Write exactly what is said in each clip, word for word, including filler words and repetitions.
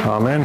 Amen.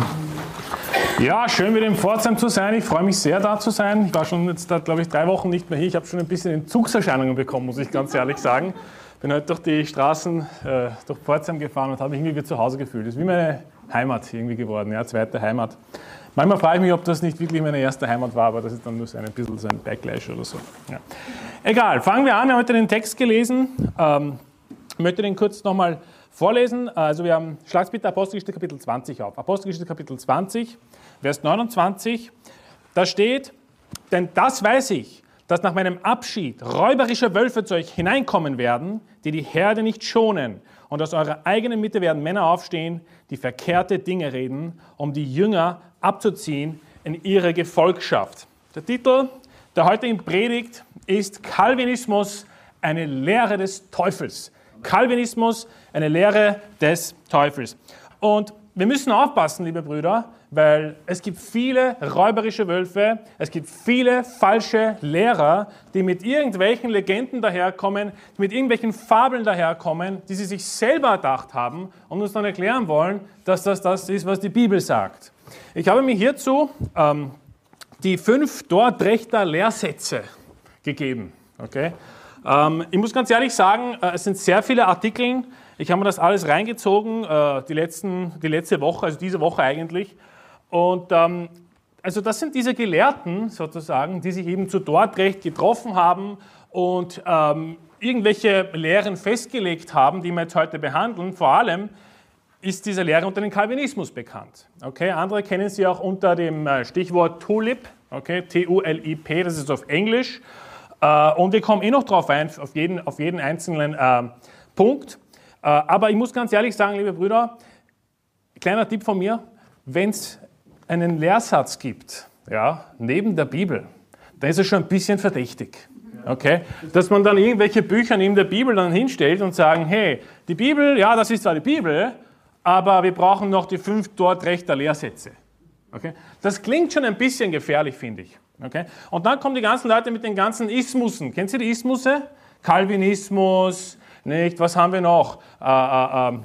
Ja, schön wieder im Pforzheim zu sein. Ich freue mich sehr, da zu sein. Ich war schon jetzt, da, glaube ich, drei Wochen nicht mehr hier. Ich habe schon ein bisschen Entzugserscheinungen bekommen, muss ich ganz ehrlich sagen. Bin heute durch die Straßen, äh, durch Pforzheim gefahren und habe mich irgendwie wie zu Hause gefühlt. Das ist wie meine Heimat irgendwie geworden, ja, zweite Heimat. Manchmal frage ich mich, ob das nicht wirklich meine erste Heimat war, aber das ist dann nur so ein bisschen so ein Backlash oder so. Ja. Egal, fangen wir an. Wir haben heute den Text gelesen. Ähm, ich möchte den kurz nochmal vorlesen. Also wir haben, schlagt bitte Apostelgeschichte Kapitel zwanzig auf. Apostelgeschichte Kapitel zwanzig, Vers neunundzwanzig. Da steht, denn das weiß ich, dass nach meinem Abschied räuberische Wölfe zu euch hineinkommen werden, die die Herde nicht schonen. Und aus eurer eigenen Mitte werden Männer aufstehen, die verkehrte Dinge reden, um die Jünger abzuziehen in ihre Gefolgschaft. Der Titel der heutigen Predigt ist Calvinismus, eine Lehre des Teufels. Calvinismus, eine Lehre des Teufels. Und wir müssen aufpassen, liebe Brüder, weil es gibt viele räuberische Wölfe, es gibt viele falsche Lehrer, die mit irgendwelchen Legenden daherkommen, die mit irgendwelchen Fabeln daherkommen, die sie sich selber erdacht haben und uns dann erklären wollen, dass das das ist, was die Bibel sagt. Ich habe mir hierzu ähm, die fünf Dordrechter Lehrsätze gegeben. Okay? Ähm, ich muss ganz ehrlich sagen, äh, es sind sehr viele Artikel. Ich habe mir das alles reingezogen, äh, die, letzten, die letzte Woche, also diese Woche eigentlich. Und ähm, also das sind diese Gelehrten sozusagen, die sich eben zu Dordrecht getroffen haben und ähm, irgendwelche Lehren festgelegt haben, die wir jetzt heute behandeln. Vor allem ist diese Lehre unter dem Calvinismus bekannt. Okay? Andere kennen sie auch unter dem Stichwort Tulip, okay? T U L I P, das ist auf Englisch. Äh, und wir kommen eh noch drauf ein, auf jeden, auf jeden einzelnen äh, Punkt. Äh, aber ich muss ganz ehrlich sagen, liebe Brüder, kleiner Tipp von mir, wenn es einen Lehrsatz gibt, ja, neben der Bibel, dann ist es schon ein bisschen verdächtig. Okay? Dass man dann irgendwelche Bücher neben der Bibel dann hinstellt und sagen, hey, die Bibel, ja, das ist zwar die Bibel, aber wir brauchen noch die fünf Dordrechter Lehrsätze. Okay? Das klingt schon ein bisschen gefährlich, finde ich. Okay? Und dann kommen die ganzen Leute mit den ganzen Ismussen. Kennt ihr die Ismusse? Calvinismus, nicht? Was haben wir noch? Äh, äh, äh,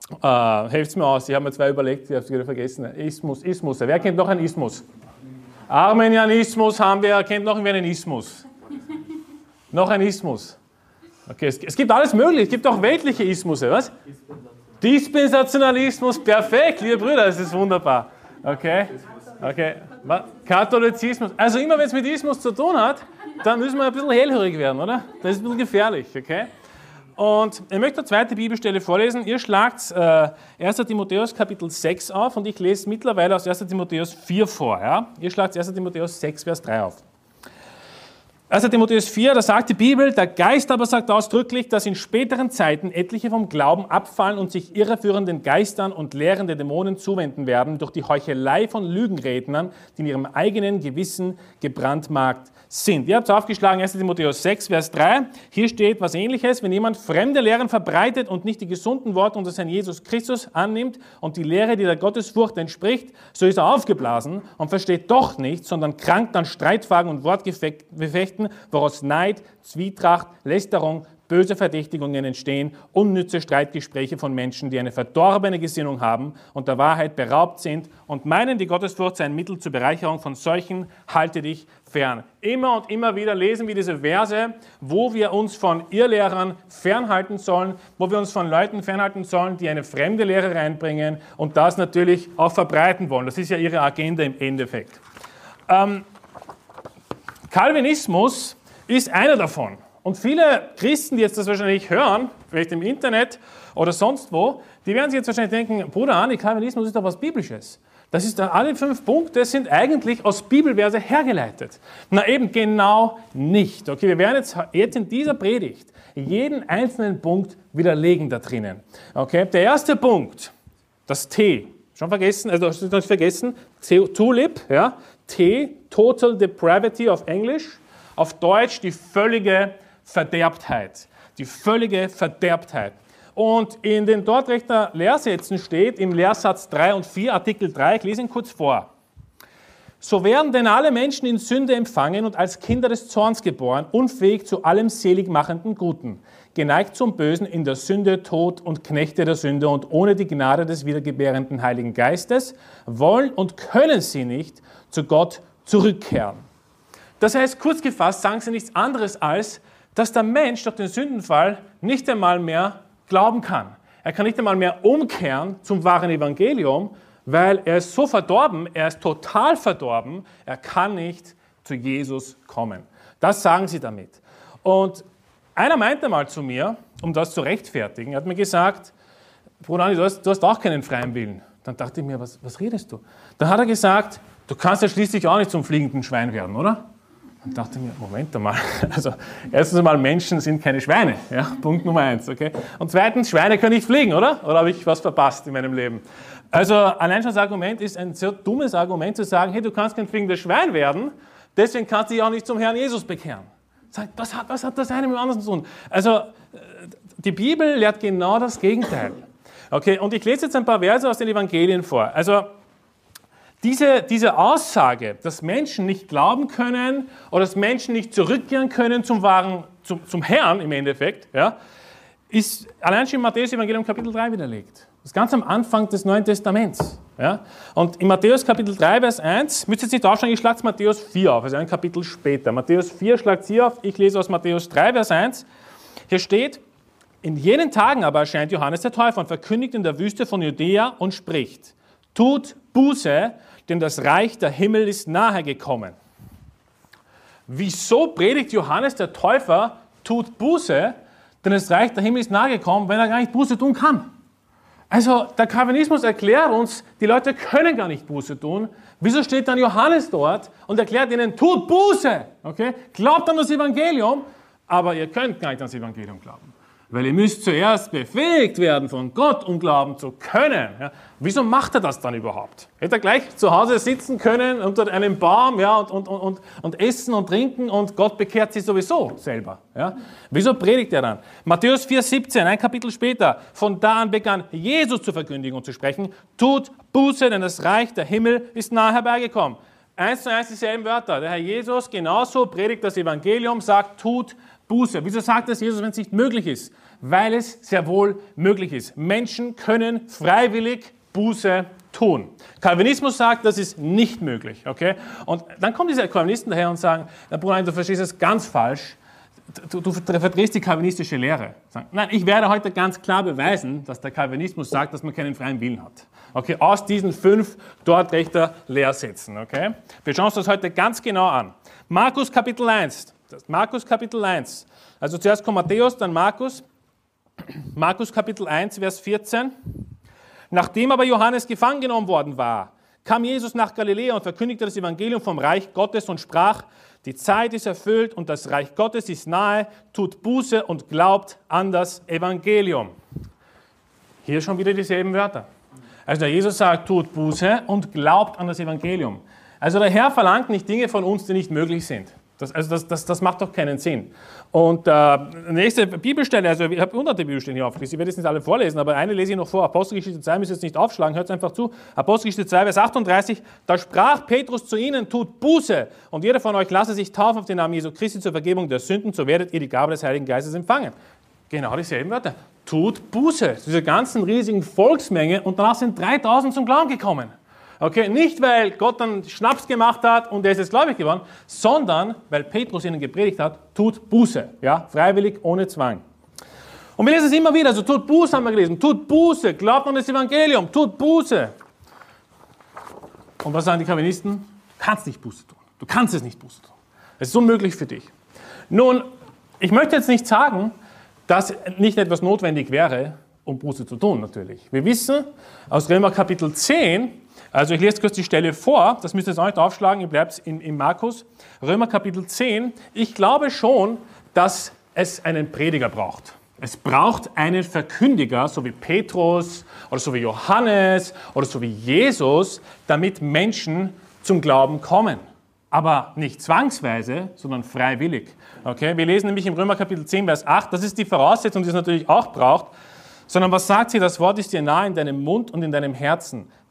äh, helft's mir aus, ich habe mir zwei überlegt, ich habe es wieder vergessen. Ismus, Ismus. Wer kennt noch einen Ismus? Armenianismus haben wir, kennt noch einen Ismus? Noch ein Ismus. Okay, es, es gibt alles Mögliche, es gibt auch weltliche Ismusse, was? Dispensationalismus, perfekt, liebe Brüder, das ist wunderbar. Okay, okay. Katholizismus, also immer wenn es mit Ismus zu tun hat, dann müssen wir ein bisschen hellhörig werden, oder? Das ist ein bisschen gefährlich, okay? Und ich möchte eine zweite Bibelstelle vorlesen. Ihr schlagt äh, erster Timotheus Kapitel sechs auf und ich lese mittlerweile aus erster Timotheus vier vor. Ja? Ihr schlagt erster Timotheus sechs, Vers drei auf. erster Timotheus vier, da sagt die Bibel, der Geist aber sagt ausdrücklich, dass in späteren Zeiten etliche vom Glauben abfallen und sich irreführenden Geistern und lehrende Dämonen zuwenden werden durch die Heuchelei von Lügenrednern, die in ihrem eigenen Gewissen gebrandmarkt sind. Ihr habt es aufgeschlagen, erster Timotheus sechs, Vers drei. Hier steht was Ähnliches. Wenn jemand fremde Lehren verbreitet und nicht die gesunden Worte unseres Herrn Jesus Christus annimmt und die Lehre, die der Gottesfurcht entspricht, so ist er aufgeblasen und versteht doch nichts, sondern krankt an Streitfragen und Wortgefechten, woraus Neid, Zwietracht, Lästerung, böse Verdächtigungen entstehen, unnütze Streitgespräche von Menschen, die eine verdorbene Gesinnung haben und der Wahrheit beraubt sind und meinen, die Gottesfurcht sei ein Mittel zur Bereicherung von solchen, halte dich fern. Immer und immer wieder lesen wir diese Verse, wo wir uns von Irrlehrern fernhalten sollen, wo wir uns von Leuten fernhalten sollen, die eine fremde Lehre reinbringen und das natürlich auch verbreiten wollen. Das ist ja ihre Agenda im Endeffekt. Ähm, Calvinismus ist einer davon. Und viele Christen, die jetzt das wahrscheinlich hören, vielleicht im Internet oder sonst wo, die werden sich jetzt wahrscheinlich denken, Bruder Arni, Calvinismus ist doch was Biblisches. Das ist, alle fünf Punkte sind eigentlich aus Bibelverse hergeleitet. Na eben genau nicht. Okay, wir werden jetzt, jetzt in dieser Predigt jeden einzelnen Punkt widerlegen da drinnen. Okay, der erste Punkt, das T, schon vergessen, also hast du noch nicht vergessen, Tulip, ja, T, Total Depravity auf Englisch, auf Deutsch die völlige Verderbtheit. Die völlige Verderbtheit. Und in den Dordrechter Lehrsätzen steht im Lehrsatz drei und vier, Artikel drei, ich lese ihn kurz vor. So werden denn alle Menschen in Sünde empfangen und als Kinder des Zorns geboren, unfähig zu allem seligmachenden Guten. geneigt zum Bösen, in der Sünde, Tod und Knechte der Sünde und ohne die Gnade des wiedergebärenden Heiligen Geistes wollen und können sie nicht zu Gott zurückkehren. Das heißt, kurz gefasst, sagen sie nichts anderes als, dass der Mensch durch den Sündenfall nicht einmal mehr glauben kann. Er kann nicht einmal mehr umkehren zum wahren Evangelium, weil er ist so verdorben, er ist total verdorben, er kann nicht zu Jesus kommen. Das sagen sie damit. Und einer meinte mal zu mir, um das zu rechtfertigen, er hat mir gesagt, Bruder Andi, du hast, du hast auch keinen freien Willen. Dann dachte ich mir, was, was redest du? Dann hat er gesagt, du kannst ja schließlich auch nicht zum fliegenden Schwein werden, oder? Und dachte mir, Moment einmal, also erstens einmal, Menschen sind keine Schweine, ja, Punkt Nummer eins, okay? Und zweitens, Schweine können nicht fliegen, oder? Oder habe ich was verpasst in meinem Leben? Also allein schon das Argument ist ein sehr dummes Argument zu sagen, hey, du kannst kein fliegendes Schwein werden, deswegen kannst du dich auch nicht zum Herrn Jesus bekehren. Sag, was hat, was hat das eine mit dem anderen zu tun? Also die Bibel lehrt genau das Gegenteil. Okay, und ich lese jetzt ein paar Verse aus den Evangelien vor. Also Diese, diese Aussage, dass Menschen nicht glauben können oder dass Menschen nicht zurückkehren können zum wahren, zum, zum Herrn im Endeffekt, ja, ist allein schon im Matthäus-Evangelium Kapitel drei widerlegt. Das ist ganz am Anfang des Neuen Testaments. Ja. Und in Matthäus Kapitel drei, Vers eins, müsst ihr jetzt nicht aufschlagen, ich schlage Matthäus vier auf, also ein Kapitel später. Matthäus vier schlagt sie auf, ich lese aus Matthäus drei, Vers eins. Hier steht, in jenen Tagen aber erscheint Johannes der Täufer und verkündigt in der Wüste von Judäa und spricht, tut Buße, denn das Reich der Himmel ist nahe gekommen. Wieso predigt Johannes der Täufer, tut Buße, denn das Reich der Himmel ist nahe gekommen, wenn er gar nicht Buße tun kann? Also der Calvinismus erklärt uns, die Leute können gar nicht Buße tun. Wieso steht dann Johannes dort und erklärt ihnen, tut Buße? Okay? Glaubt an das Evangelium, aber ihr könnt gar nicht an das Evangelium glauben. Weil ihr müsst zuerst befähigt werden von Gott, um glauben zu können. Ja, wieso macht er das dann überhaupt? Hätte er gleich zu Hause sitzen können unter einem Baum, ja, und, und, und, und essen und trinken und Gott bekehrt sich sowieso selber. Ja? Wieso predigt er dann? Matthäus vier, siebzehn, ein Kapitel später, von da an begann Jesus zu verkündigen und zu sprechen, tut Buße, denn das Reich der Himmel ist nahe herbeigekommen. Eins zu eins dieselben Wörter. Der Herr Jesus genauso predigt das Evangelium, sagt, tut Buße. Wieso sagt das Jesus, wenn es nicht möglich ist? Weil es sehr wohl möglich ist. Menschen können freiwillig Buße tun. Calvinismus sagt, das ist nicht möglich. Okay? Und dann kommen diese Calvinisten daher und sagen, na Bruder, du verstehst es ganz falsch. Du, du verdrehst die calvinistische Lehre. Nein, ich werde heute ganz klar beweisen, dass der Calvinismus sagt, dass man keinen freien Willen hat. Okay, aus diesen fünf dort rechter Lehrsätzen. Okay? Wir schauen uns das heute ganz genau an. Markus Kapitel eins. Markus Kapitel eins. Also zuerst kommt Matthäus, dann Markus. Markus Kapitel eins, Vers vierzehn. Nachdem aber Johannes gefangen genommen worden war, kam Jesus nach Galiläa und verkündigte das Evangelium vom Reich Gottes und sprach, die Zeit ist erfüllt und das Reich Gottes ist nahe, tut Buße und glaubt an das Evangelium. Hier schon wieder dieselben Wörter. Also der Jesus sagt, tut Buße und glaubt an das Evangelium. Also der Herr verlangt nicht Dinge von uns, die nicht möglich sind. Das, also das, das, das macht doch keinen Sinn. Und äh, nächste Bibelstelle, also ich habe hunderte Bibelstellen hier aufgelesen, ich werde jetzt nicht alle vorlesen, aber eine lese ich noch vor, Apostelgeschichte zwei, müsst ihr jetzt nicht aufschlagen, hört es einfach zu. Apostelgeschichte zwei, Vers achtunddreißig, da sprach Petrus zu ihnen, tut Buße und jeder von euch lasse sich taufen auf den Namen Jesu Christi zur Vergebung der Sünden, so werdet ihr die Gabe des Heiligen Geistes empfangen. Genau dieselben Wörter. Tut Buße, diese ganzen riesigen Volksmenge und danach sind dreitausend zum Glauben gekommen. Okay, nicht weil Gott dann Schnaps gemacht hat und er ist jetzt gläubig geworden, sondern weil Petrus ihnen gepredigt hat, tut Buße, ja, freiwillig, ohne Zwang. Und wir lesen es immer wieder, also tut Buße haben wir gelesen, tut Buße, glaubt an das Evangelium, tut Buße. Und was sagen die Calvinisten? Du kannst nicht Buße tun, du kannst es nicht Buße tun. Es ist unmöglich für dich. Nun, ich möchte jetzt nicht sagen, dass nicht etwas notwendig wäre, um Buße zu tun, natürlich. Wir wissen aus Römer Kapitel zehn, also ich lese kurz die Stelle vor, das müsst ihr jetzt auch nicht aufschlagen, ihr bleibt in, in Markus, Römer Kapitel zehn. Ich glaube schon, dass es einen Prediger braucht. Es braucht einen Verkündiger, so wie Petrus oder so wie Johannes oder so wie Jesus, damit Menschen zum Glauben kommen. Aber nicht zwangsweise, sondern freiwillig. Okay? Wir lesen nämlich im Römer Kapitel zehn, Vers acht, das ist die Voraussetzung, die es natürlich auch braucht, sondern was sagt sie? Das Wort ist dir nahe in deinem Mund und in deinem Herzen.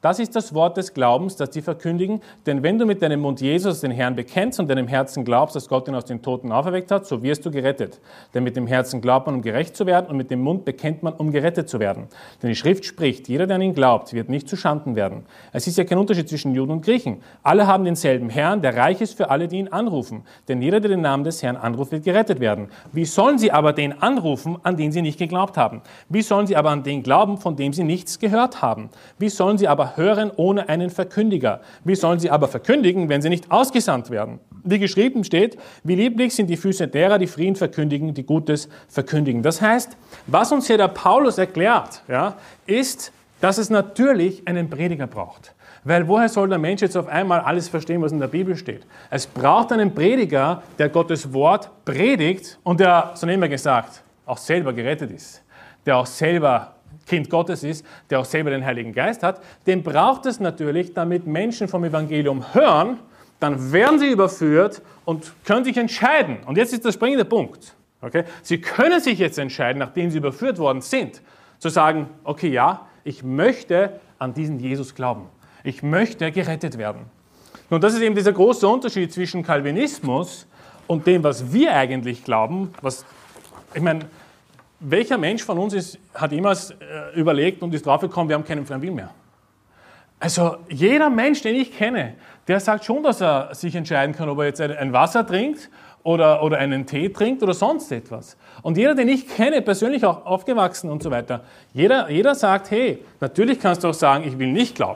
Das ist das Wort des Glaubens, das sie verkündigen. Denn wenn du mit deinem Mund Jesus, den Herrn, bekennst und deinem Herzen glaubst, dass Gott ihn aus den Toten auferweckt hat, so wirst du gerettet. Denn mit dem Herzen glaubt man, um gerecht zu werden, und mit dem Mund bekennt man, um gerettet zu werden. Denn die Schrift spricht, jeder, der an ihn glaubt, wird nicht zu Schanden werden. Es ist ja kein Unterschied zwischen Juden und Griechen. Alle haben denselben Herrn, der reich ist für alle, die ihn anrufen. Denn jeder, der den Namen des Herrn anruft, wird gerettet werden. Wie sollen sie aber den anrufen, an den sie nicht geglaubt haben? Wie sollen sie aber an den glauben, von dem sie nichts gehört haben? Wie sollen sie aber hören ohne einen Verkündiger? Wie sollen sie aber verkündigen, wenn sie nicht ausgesandt werden? Wie geschrieben steht, wie lieblich sind die Füße derer, die Frieden verkündigen, die Gutes verkündigen. Das heißt, was uns hier der Paulus erklärt, ja, ist, dass es natürlich einen Prediger braucht. Weil woher soll der Mensch jetzt auf einmal alles verstehen, was in der Bibel steht? Es braucht einen Prediger, der Gottes Wort predigt und der, so nehmen wir gesagt, auch selber gerettet ist, der auch selber Kind Gottes ist, der auch selber den Heiligen Geist hat. Den braucht es natürlich, damit Menschen vom Evangelium hören, dann werden sie überführt und können sich entscheiden. Und jetzt ist der springende Punkt. Okay? Sie können sich jetzt entscheiden, nachdem sie überführt worden sind, zu sagen, okay, ja, ich möchte an diesen Jesus glauben. Ich möchte gerettet werden. Nun, das ist eben dieser große Unterschied zwischen Calvinismus und dem, was wir eigentlich glauben. Was, ich meine, welcher Mensch von uns ist, hat jemals äh, überlegt und ist draufgekommen, wir haben keinen freien Willen mehr? Also jeder Mensch, den ich kenne, der sagt schon, dass er sich entscheiden kann, ob er jetzt ein Wasser trinkt oder, oder einen Tee trinkt oder sonst etwas. Und jeder, den ich kenne, persönlich auch aufgewachsen und so weiter, jeder, jeder sagt, hey, natürlich kannst du auch sagen, ich will nicht glauben.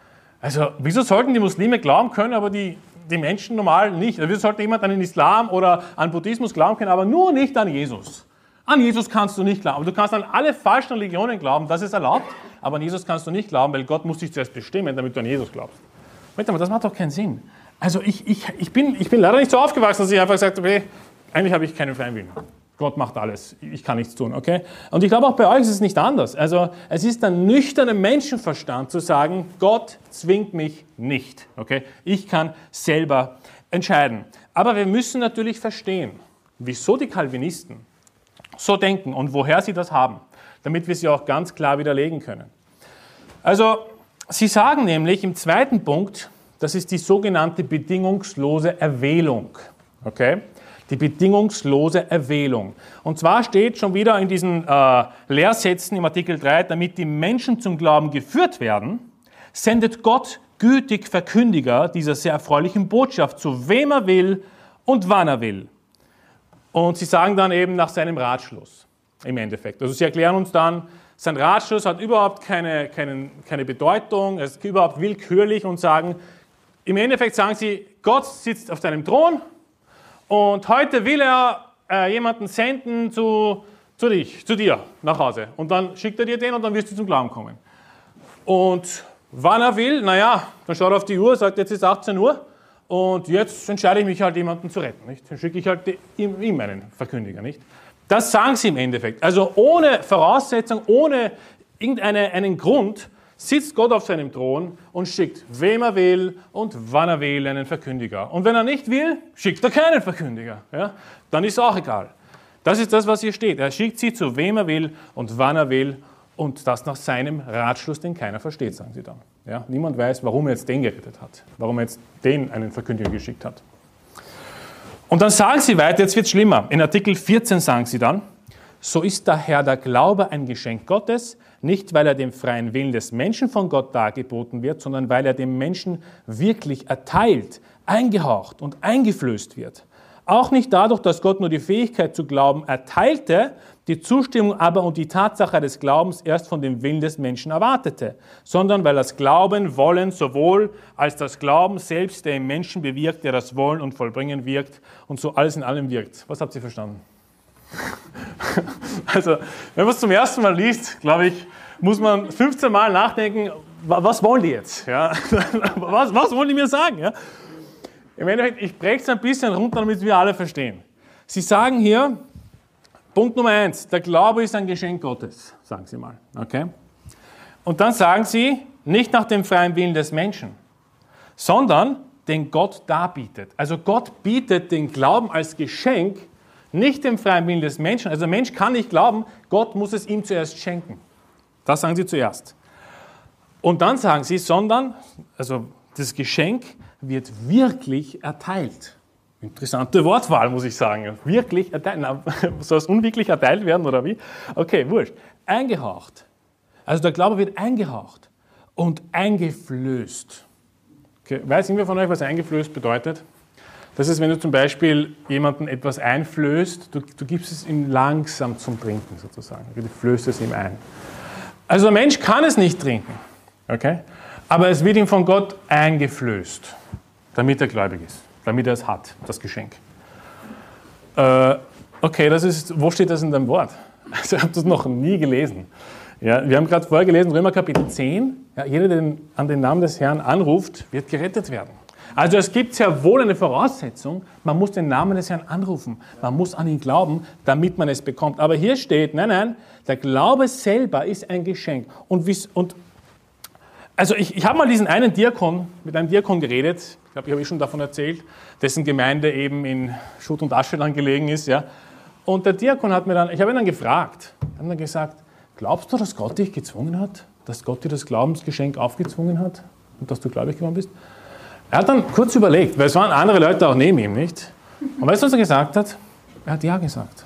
Also wieso sollten die Muslime glauben können, aber die, die Menschen normal nicht? Also, wieso sollte jemand an den Islam oder an Buddhismus glauben können, aber nur nicht an Jesus? An Jesus kannst du nicht glauben. Du kannst an alle falschen Religionen glauben, das ist erlaubt, aber an Jesus kannst du nicht glauben, weil Gott muss dich zuerst bestimmen, damit du an Jesus glaubst. Warte mal, das macht doch keinen Sinn. Also ich, ich, ich, bin, ich bin leider nicht so aufgewachsen, dass ich einfach gesagt habe, hey, eigentlich habe ich keinen freien Willen. Gott macht alles, ich kann nichts tun, okay? Und ich glaube, auch bei euch ist es nicht anders. Also es ist der nüchterne Menschenverstand zu sagen, Gott zwingt mich nicht, okay? Ich kann selber entscheiden. Aber wir müssen natürlich verstehen, wieso die Calvinisten so denken und woher sie das haben, damit wir sie auch ganz klar widerlegen können. Also, sie sagen nämlich im zweiten Punkt, das ist die sogenannte bedingungslose Erwählung, okay? Die bedingungslose Erwählung. Und zwar steht schon wieder in diesen äh, Lehrsätzen im Artikel drei, damit die Menschen zum Glauben geführt werden, sendet Gott gütig Verkündiger dieser sehr erfreulichen Botschaft, zu wem er will und wann er will. Und sie sagen dann eben nach seinem Ratschluss, im Endeffekt. Also sie erklären uns dann, sein Ratschluss hat überhaupt keine, keine, keine Bedeutung, er ist überhaupt willkürlich und sagen, im Endeffekt sagen sie, Gott sitzt auf seinem Thron, und heute will er äh, jemanden senden zu, zu dich, zu dir nach Hause. Und dann schickt er dir den und dann wirst du zum Glauben kommen. Und wann er will, naja, dann schaut er auf die Uhr, sagt, jetzt ist achtzehn Uhr und jetzt entscheide ich mich halt, jemanden zu retten. Nicht? Dann schicke ich halt ihm, ihm einen Verkündiger. Nicht? Das sagen sie im Endeffekt. Also ohne Voraussetzung, ohne irgendeinen Grund, sitzt Gott auf seinem Thron und schickt, wem er will und wann er will, einen Verkündiger. Und wenn er nicht will, schickt er keinen Verkündiger. Ja? Dann ist es auch egal. Das ist das, was hier steht. Er schickt sie zu wem er will und wann er will und das nach seinem Ratschluss, den keiner versteht, sagen sie dann. Ja? Niemand weiß, warum er jetzt den gerettet hat, warum er jetzt den einen Verkündiger geschickt hat. Und dann sagen sie weiter, jetzt wird es schlimmer. In Artikel vierzehn sagen sie dann, so ist daher der Glaube ein Geschenk Gottes, nicht weil er dem freien Willen des Menschen von Gott dargeboten wird, sondern weil er dem Menschen wirklich erteilt, eingehaucht und eingeflößt wird. Auch nicht dadurch, dass Gott nur die Fähigkeit zu glauben erteilte, die Zustimmung aber und die Tatsache des Glaubens erst von dem Willen des Menschen erwartete, sondern weil das Glauben, Wollen sowohl als das Glauben selbst, der im Menschen bewirkt, der das Wollen und Vollbringen wirkt und so alles in allem wirkt. Was habt ihr verstanden? Also, wenn man es zum ersten Mal liest, glaube ich, muss man fünfzehn Mal nachdenken, was wollen die jetzt? Ja? Was, was wollen die mir sagen? Ja? Im Endeffekt, ich breche es ein bisschen runter, damit wir alle verstehen. Sie sagen hier, Punkt Nummer eins, der Glaube ist ein Geschenk Gottes, sagen sie mal. Okay? Und dann sagen sie, nicht nach dem freien Willen des Menschen, sondern den Gott darbietet. Also Gott bietet den Glauben als Geschenk, nicht dem freien Willen des Menschen. Also der Mensch kann nicht glauben, Gott muss es ihm zuerst schenken. Das sagen sie zuerst. Und dann sagen sie, sondern, also das Geschenk wird wirklich erteilt. Interessante Wortwahl, muss ich sagen. Wirklich erteilt. Na, soll es unwirklich erteilt werden oder wie? Okay, wurscht. Eingehaucht. Also der Glaube wird eingehaucht und eingeflößt. Okay. Weiß irgendwer von euch, was eingeflößt bedeutet? Das ist, wenn du zum Beispiel jemandem etwas einflößt, du, du gibst es ihm langsam zum Trinken sozusagen. Du flößt es ihm ein. Also der Mensch kann es nicht trinken, okay? Aber es wird ihm von Gott eingeflößt, damit er gläubig ist. Damit er es hat, das Geschenk. Äh, okay, das ist, wo steht das in deinem Wort? Also ich habe das noch nie gelesen. Ja, wir haben gerade vorher gelesen, Römer Kapitel zehn, ja, jeder, der den, an den Namen des Herrn anruft, wird gerettet werden. Also es gibt sehr wohl eine Voraussetzung, man muss den Namen des Herrn anrufen, man muss an ihn glauben, damit man es bekommt. Aber hier steht, nein, nein, der Glaube selber ist ein Geschenk. Und, und also ich, ich habe mal diesen einen Diakon, mit einem Diakon geredet, ich glaube, ich habe eh schon davon erzählt, dessen Gemeinde eben in Schutt und Asche dann gelegen ist. Ja. Und der Diakon hat mir dann, ich habe ihn dann gefragt, ich habe dann gesagt, glaubst du, dass Gott dich gezwungen hat? Dass Gott dir das Glaubensgeschenk aufgezwungen hat? Und dass du gläubig geworden bist? Er hat dann kurz überlegt, weil es waren andere Leute auch neben ihm, nicht? Und weißt du, was er gesagt hat? Er hat Ja gesagt.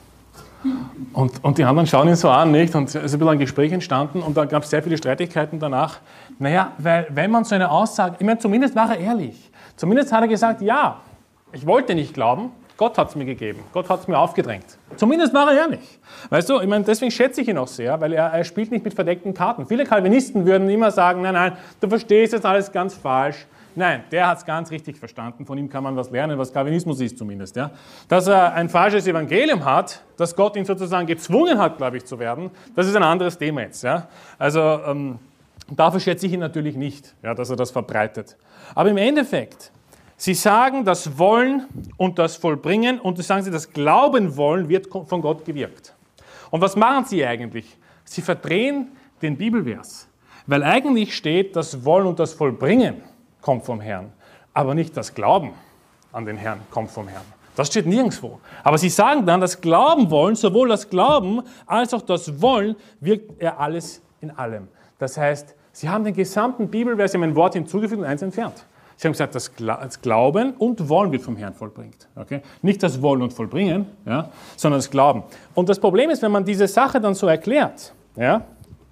Und, und die anderen schauen ihn so an, nicht? Und es ist ein bisschen ein Gespräch entstanden und da gab es sehr viele Streitigkeiten danach. Naja, weil wenn man so eine Aussage, ich meine, zumindest war er ehrlich. Zumindest hat er gesagt, ja, ich wollte nicht glauben, Gott hat es mir gegeben, Gott hat es mir aufgedrängt. Zumindest war er ehrlich. Weißt du, ich meine, deswegen schätze ich ihn auch sehr, weil er, er spielt nicht mit verdeckten Karten. Viele Calvinisten würden immer sagen, nein, nein, du verstehst jetzt alles ganz falsch. Nein, der hat es ganz richtig verstanden. Von ihm kann man was lernen, was Calvinismus ist zumindest. Ja. Dass er ein falsches Evangelium hat, dass Gott ihn sozusagen gezwungen hat, glaube ich, zu werden, das ist ein anderes Thema jetzt. Ja. Also ähm, dafür schätze ich ihn natürlich nicht, ja, dass er das verbreitet. Aber im Endeffekt, sie sagen, das Wollen und das Vollbringen und das sagen sie, das Glauben wollen wird von Gott gewirkt. Und was machen sie eigentlich? Sie verdrehen den Bibelvers, weil eigentlich steht, das Wollen und das Vollbringen kommt vom Herrn, aber nicht das Glauben an den Herrn kommt vom Herrn. Das steht nirgendwo. Aber sie sagen dann, das Glauben wollen, sowohl das Glauben als auch das Wollen, wirkt er alles in allem. Das heißt, sie haben den gesamten Bibelvers, sie haben ein Wort hinzugefügt und eins entfernt. Sie haben gesagt, das Glauben und Wollen wird vom Herrn vollbringt. Okay? Nicht das Wollen und Vollbringen, ja, sondern das Glauben. Und das Problem ist, wenn man diese Sache dann so erklärt, ja,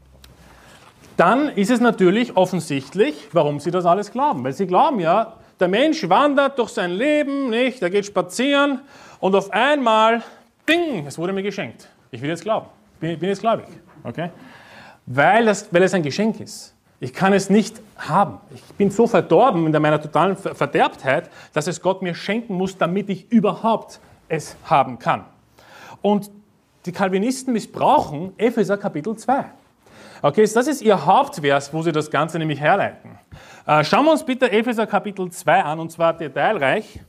dann ist es natürlich offensichtlich, warum sie das alles glauben. Weil sie glauben ja, der Mensch wandert durch sein Leben, nicht? Er geht spazieren und auf einmal, ding, es wurde mir geschenkt. Ich will jetzt glauben. Ich bin jetzt gläubig. Okay? Weil, das, weil es ein Geschenk ist. Ich kann es nicht haben. Ich bin so verdorben in meiner totalen Verderbtheit, dass es Gott mir schenken muss, damit ich überhaupt es haben kann. Und die Calvinisten missbrauchen Epheser Kapitel zwei. Okay, das ist ihr Hauptvers, wo sie das Ganze nämlich herleiten. Äh, schauen wir uns bitte Epheser Kapitel zwei an, und zwar detailreich.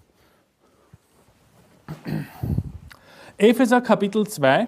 Epheser Kapitel zwei.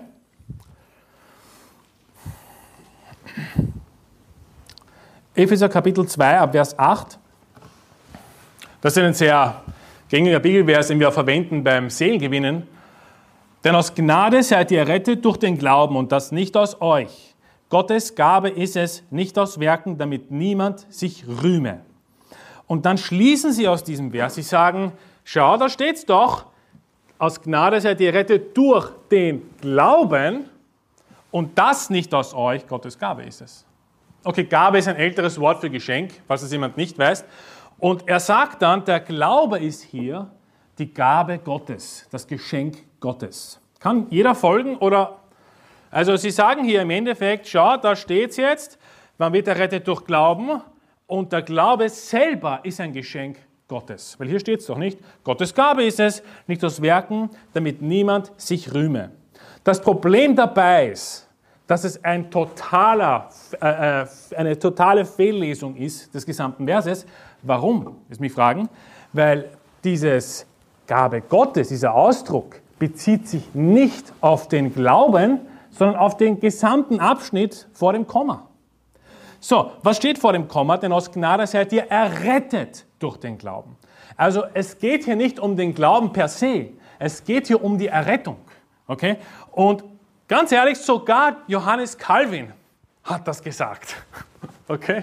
Epheser Kapitel zwei, ab Vers acht. Das ist ein sehr gängiger Bibelvers, den wir auch verwenden beim Seelengewinnen. Denn aus Gnade seid ihr errettet durch den Glauben und das nicht aus euch. Gottes Gabe ist es, nicht aus Werken, damit niemand sich rühme. Und dann schließen sie aus diesem Vers, sie sagen, schau, da steht's doch, aus Gnade seid ihr errettet durch den Glauben und das nicht aus euch, Gottes Gabe ist es. Okay, Gabe ist ein älteres Wort für Geschenk, falls es jemand nicht weiß. Und er sagt dann, der Glaube ist hier die Gabe Gottes, das Geschenk Gottes. Kann jeder folgen oder... Also sie sagen hier im Endeffekt, schau, da steht es jetzt, man wird errettet durch Glauben und der Glaube selber ist ein Geschenk Gottes. Weil hier steht es doch nicht, Gottes Gabe ist es, nicht aus Werken, damit niemand sich rühme. Das Problem dabei ist, dass es ein totaler, äh, eine totale Fehllesung ist des gesamten Verses. Warum? Lass mich fragen. Weil dieses Gabe Gottes, dieser Ausdruck, bezieht sich nicht auf den Glauben, sondern auf den gesamten Abschnitt vor dem Komma. So, was steht vor dem Komma? Denn aus Gnade seid ihr errettet durch den Glauben. Also es geht hier nicht um den Glauben per se, es geht hier um die Errettung. Okay? Und ganz ehrlich, sogar Johannes Calvin hat das gesagt. Okay?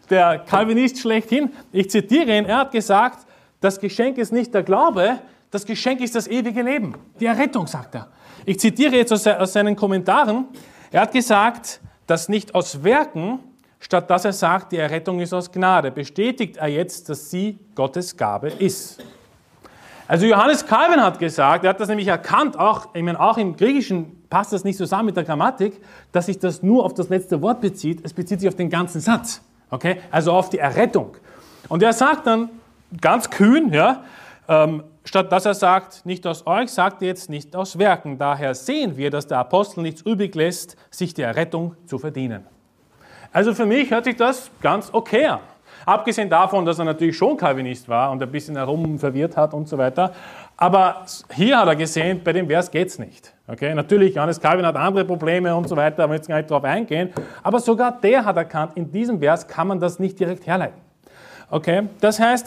der Calvinist schlechthin. Ich zitiere ihn, er hat gesagt, das Geschenk ist nicht der Glaube, das Geschenk ist das ewige Leben. Die Errettung, sagt er. Ich zitiere jetzt aus, aus seinen Kommentaren. Er hat gesagt, dass nicht aus Werken, statt dass er sagt, die Errettung ist aus Gnade, bestätigt er jetzt, dass sie Gottes Gabe ist. Also Johannes Calvin hat gesagt, er hat das nämlich erkannt, auch, ich meine, auch im Griechischen passt das nicht zusammen mit der Grammatik, dass sich das nur auf das letzte Wort bezieht, es bezieht sich auf den ganzen Satz, okay? Also auf die Errettung. Und er sagt dann ganz kühn, ja, ähm, statt dass er sagt, nicht aus euch, sagt er jetzt nicht aus Werken. Daher sehen wir, dass der Apostel nichts übrig lässt, sich die Errettung zu verdienen. Also für mich hört sich das ganz okay an. Abgesehen davon, dass er natürlich schon Calvinist war und ein bisschen herum verwirrt hat und so weiter. Aber hier hat er gesehen, bei dem Vers geht es nicht. Okay? Natürlich, Johannes Calvin hat andere Probleme und so weiter, da will ich jetzt gar nicht drauf eingehen. Aber sogar der hat erkannt, in diesem Vers kann man das nicht direkt herleiten. Okay? Das heißt,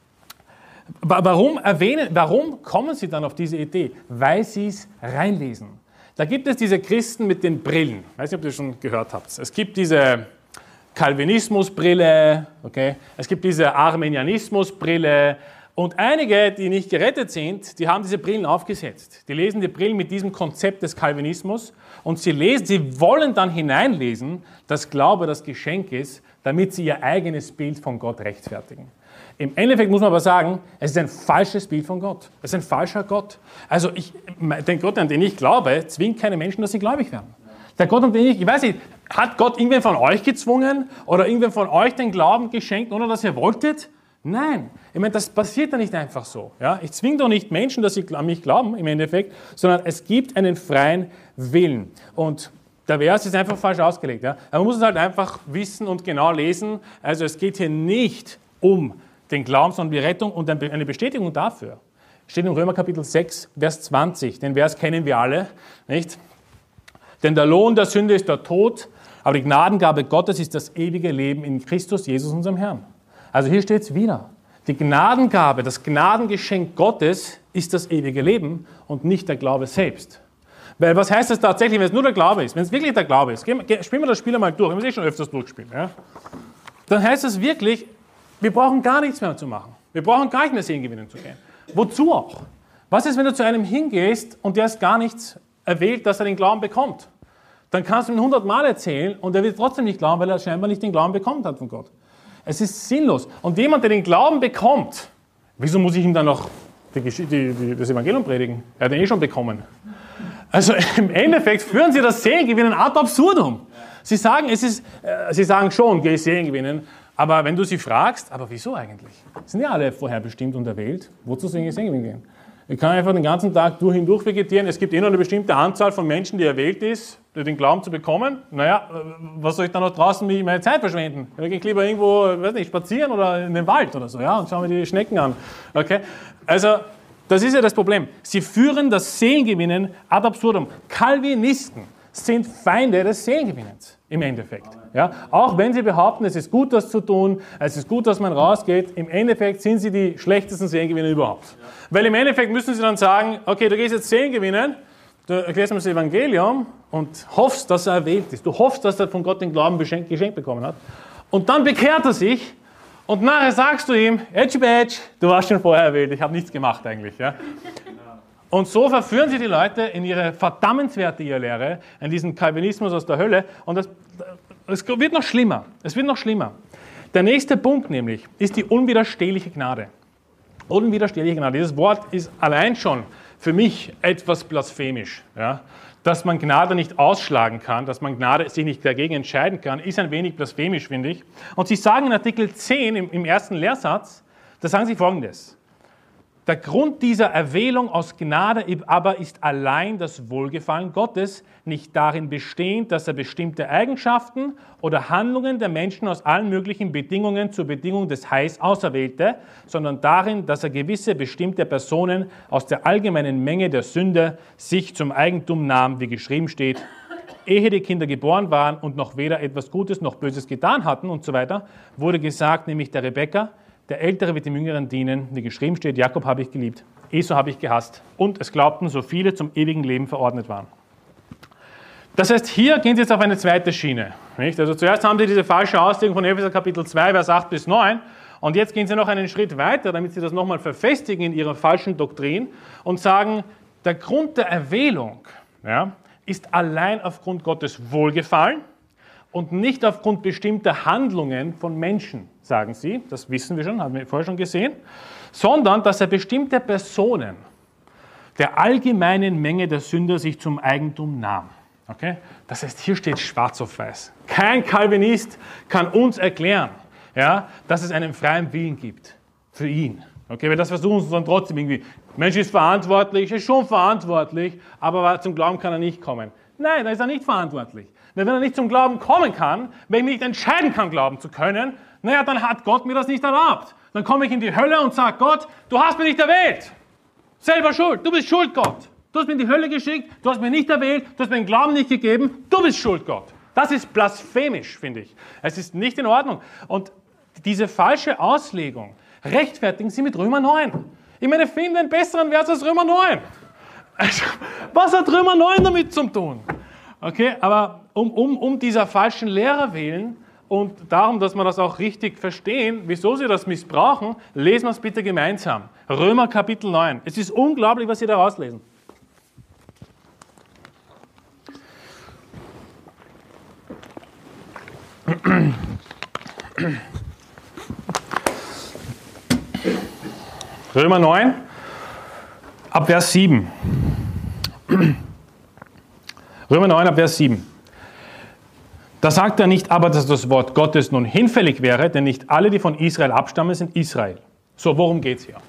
warum erwähnen, warum kommen sie dann auf diese Idee? Weil sie es reinlesen. Da gibt es diese Christen mit den Brillen. Ich weiß nicht, ob ihr das schon gehört habt. Es gibt diese Calvinismusbrille, okay? Es gibt diese Arminianismusbrille und einige, die nicht gerettet sind, die haben diese Brillen aufgesetzt. Die lesen die Brillen mit diesem Konzept des Calvinismus und sie lesen, sie wollen dann hineinlesen, dass Glaube das Geschenk ist, damit sie ihr eigenes Bild von Gott rechtfertigen. Im Endeffekt muss man aber sagen, es ist ein falsches Bild von Gott. Es ist ein falscher Gott. Also ich, den Gott, an den ich glaube, zwingt keine Menschen, dass sie gläubig werden. Der Gott, an den ich, ich weiß nicht, hat Gott irgendwen von euch gezwungen oder irgendwen von euch den Glauben geschenkt, ohne dass ihr wolltet? Nein. Ich meine, das passiert ja nicht einfach so. Ja? Ich zwinge doch nicht Menschen, dass sie an mich glauben, im Endeffekt, sondern es gibt einen freien Willen. Und der Vers ist einfach falsch ausgelegt. Ja? Man muss es halt einfach wissen und genau lesen. Also es geht hier nicht um den Glauben, sondern die Rettung und eine Bestätigung dafür. Steht in Römer Kapitel sechs, Vers zwanzig. Den Vers kennen wir alle, nicht? Denn der Lohn der Sünde ist der Tod, aber die Gnadengabe Gottes ist das ewige Leben in Christus Jesus, unserem Herrn. Also hier steht es wieder. Die Gnadengabe, das Gnadengeschenk Gottes ist das ewige Leben und nicht der Glaube selbst. Weil was heißt das tatsächlich, wenn es nur der Glaube ist? Wenn es wirklich der Glaube ist, gehen, gehen, spielen wir das Spiel einmal durch, wir haben es eh schon öfters durchgespielt, ja? Dann heißt das wirklich, wir brauchen gar nichts mehr zu machen. Wir brauchen gar nicht mehr Seelen gewinnen zu gehen. Wozu auch? Was ist, wenn du zu einem hingehst und der ist gar nichts erwählt, dass er den Glauben bekommt? Dann kannst du ihm hundert Mal erzählen und er wird trotzdem nicht glauben, weil er scheinbar nicht den Glauben bekommen hat von Gott. Es ist sinnlos. Und jemand, der den Glauben bekommt, wieso muss ich ihm dann noch die, die, die, das Evangelium predigen? Er hat ihn eh schon bekommen. Also im Endeffekt führen sie das Seelengewinnen ad absurdum. Sie sagen, es ist, äh, sie sagen schon, geh Seelengewinnen, aber wenn du sie fragst, aber wieso eigentlich? Sind ja alle vorherbestimmt und erwählt. Wozu sollen sie Seelengewinnen gehen? Ich kann einfach den ganzen Tag durch hindurch vegetieren. Es gibt eh noch eine bestimmte Anzahl von Menschen, die erwählt ist, den Glauben zu bekommen. Naja, was soll ich dann noch draußen mit meine Zeit verschwenden? Ich gehe lieber irgendwo, weiß nicht, spazieren oder in den Wald oder so, ja, und schaue mir die Schnecken an. Okay? Also, das ist ja das Problem. Sie führen das Seelengewinnen ad absurdum. Calvinisten sind Feinde des Seelengewinnens im Endeffekt. Ja? Auch wenn sie behaupten, es ist gut, das zu tun, es ist gut, dass man rausgeht, im Endeffekt sind sie die schlechtesten Seelengewinner überhaupt. Ja. Weil im Endeffekt müssen sie dann sagen, okay, du gehst jetzt Seelen gewinnen, du erklärst ihm das Evangelium und hoffst, dass er erwählt ist. Du hoffst, dass er von Gott den Glauben geschenkt, geschenkt bekommen hat. Und dann bekehrt er sich und nachher sagst du ihm, Edge Badge, du warst schon vorher erwählt, ich habe nichts gemacht eigentlich. Ja? Und so verführen sie die Leute in ihre verdammenswerte Irrlehre, in diesen Calvinismus aus der Hölle. Und das, es wird noch schlimmer. Es wird noch schlimmer. Der nächste Punkt nämlich ist die unwiderstehliche Gnade. Unwiderstehliche Gnade. Dieses Wort ist allein schon für mich etwas blasphemisch. Ja? Dass man Gnade nicht ausschlagen kann, dass man Gnade sich nicht dagegen entscheiden kann, ist ein wenig blasphemisch, finde ich. Und sie sagen in Artikel zehn im, im ersten Lehrsatz, da sagen sie Folgendes. Der Grund dieser Erwählung aus Gnade aber ist allein das Wohlgefallen Gottes, nicht darin bestehend, dass er bestimmte Eigenschaften oder Handlungen der Menschen aus allen möglichen Bedingungen zur Bedingung des Heils auserwählte, sondern darin, dass er gewisse bestimmte Personen aus der allgemeinen Menge der Sünde sich zum Eigentum nahm, wie geschrieben steht, ehe die Kinder geboren waren und noch weder etwas Gutes noch Böses getan hatten und so weiter, wurde gesagt, nämlich der Rebekka, der Ältere wird dem Jüngeren dienen, wie geschrieben steht, Jakob habe ich geliebt, Esau habe ich gehasst. Und es glaubten, so viele zum ewigen Leben verordnet waren. Das heißt, hier gehen sie jetzt auf eine zweite Schiene. Nicht? Also zuerst haben sie diese falsche Auslegung von Epheser Kapitel zwei, Vers acht bis neun. Und jetzt gehen sie noch einen Schritt weiter, damit sie das nochmal verfestigen in ihrer falschen Doktrin und sagen, der Grund der Erwählung, ja, ist allein aufgrund Gottes Wohlgefallen und nicht aufgrund bestimmter Handlungen von Menschen, sagen sie. Das wissen wir schon, haben wir vorher schon gesehen. Sondern, dass er bestimmte Personen der allgemeinen Menge der Sünder sich zum Eigentum nahm. Okay? Das heißt, hier steht schwarz auf weiß. Kein Calvinist kann uns erklären, ja, dass es einen freien Willen gibt für ihn. Okay? Weil das versuchen sie dann trotzdem irgendwie. Mensch ist verantwortlich, ist schon verantwortlich, aber zum Glauben kann er nicht kommen. Nein, da ist er nicht verantwortlich. Weil wenn er nicht zum Glauben kommen kann, wenn ich mich nicht entscheiden kann, glauben zu können, naja, dann hat Gott mir das nicht erlaubt. Dann komme ich in die Hölle und sage, Gott, du hast mich nicht erwählt. Selber schuld, du bist schuld, Gott. Du hast mir in die Hölle geschickt, du hast mich nicht erwählt, du hast mir den Glauben nicht gegeben, du bist schuld, Gott. Das ist blasphemisch, finde ich. Es ist nicht in Ordnung. Und diese falsche Auslegung rechtfertigen sie mit Römer neun. Ich meine, finde einen besseren Vers als Römer neun. Also, was hat Römer neun damit zu tun? Okay, aber um, um, um dieser falschen Lehre willen und darum, dass wir das auch richtig verstehen, wieso sie das missbrauchen, lesen wir es bitte gemeinsam. Römer Kapitel neun. Es ist unglaublich, was Sie da rauslesen. Römer neun, ab Vers sieben. Römer neun, ab Vers sieben. Da sagt er nicht aber, dass das Wort Gottes nun hinfällig wäre, denn nicht alle, die von Israel abstammen, sind Israel. So, worum geht es hier?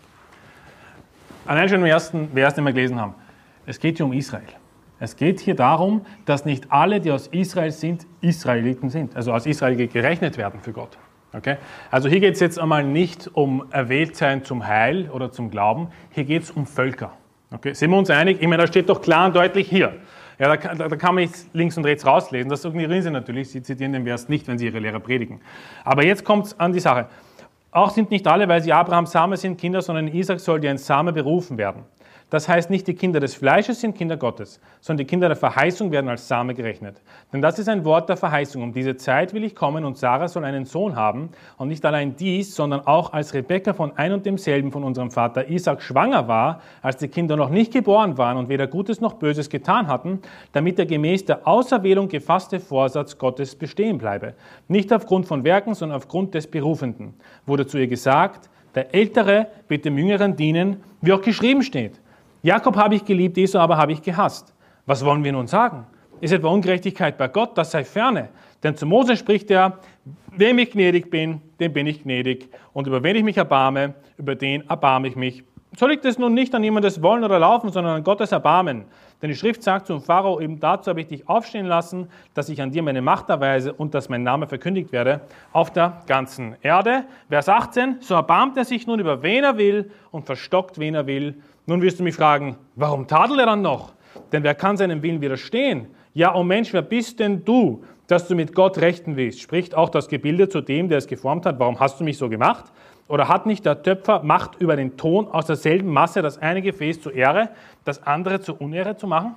Allein schon im ersten Vers, den wir gelesen haben. Es geht hier um Israel. Es geht hier darum, dass nicht alle, die aus Israel sind, Israeliten sind. Also aus Israel gerechnet werden für Gott. Okay? Also hier geht es jetzt einmal nicht um Erwähltsein zum Heil oder zum Glauben. Hier geht es um Völker. Okay? Sind wir uns einig? Ich meine, da steht doch klar und deutlich hier. Ja, da, kann, da kann man nicht links und rechts rauslesen. Das ignorieren Sie natürlich. Sie zitieren den Vers nicht, wenn Sie Ihre Lehre predigen. Aber jetzt kommt es an die Sache. Auch sind nicht alle, weil sie Abrahams Same sind, Kinder, sondern Isaac soll dir ein Same berufen werden. Das heißt, nicht die Kinder des Fleisches sind Kinder Gottes, sondern die Kinder der Verheißung werden als Same gerechnet. Denn das ist ein Wort der Verheißung. Um diese Zeit will ich kommen und Sarah soll einen Sohn haben. Und nicht allein dies, sondern auch als Rebekka von ein und demselben von unserem Vater Isaac schwanger war, als die Kinder noch nicht geboren waren und weder Gutes noch Böses getan hatten, damit der gemäß der Auserwählung gefasste Vorsatz Gottes bestehen bleibe. Nicht aufgrund von Werken, sondern aufgrund des Berufenden. Wurde zu ihr gesagt, der Ältere wird dem Jüngeren dienen, wie auch geschrieben steht. Jakob habe ich geliebt, Esau aber habe ich gehasst. Was wollen wir nun sagen? Ist etwa Ungerechtigkeit bei Gott? Das sei ferne. Denn zu Mose spricht er, wem ich gnädig bin, dem bin ich gnädig. Und über wen ich mich erbarme, über den erbarme ich mich. So liegt es nun nicht an jemandes Wollen oder Laufen, sondern an Gottes Erbarmen. Denn die Schrift sagt zum Pharao, eben dazu habe ich dich aufstehen lassen, dass ich an dir meine Macht erweise und dass mein Name verkündigt werde auf der ganzen Erde. Vers achtzehn, so erbarmt er sich nun über wen er will und verstockt wen er will. Nun wirst du mich fragen, warum tadelt er dann noch? Denn wer kann seinem Willen widerstehen? Ja, o Mensch, wer bist denn du, dass du mit Gott rechten willst? Spricht auch das Gebilde zu dem, der es geformt hat, warum hast du mich so gemacht? Oder hat nicht der Töpfer Macht über den Ton aus derselben Masse das eine Gefäß zur Ehre, das andere zur Unehre zu machen?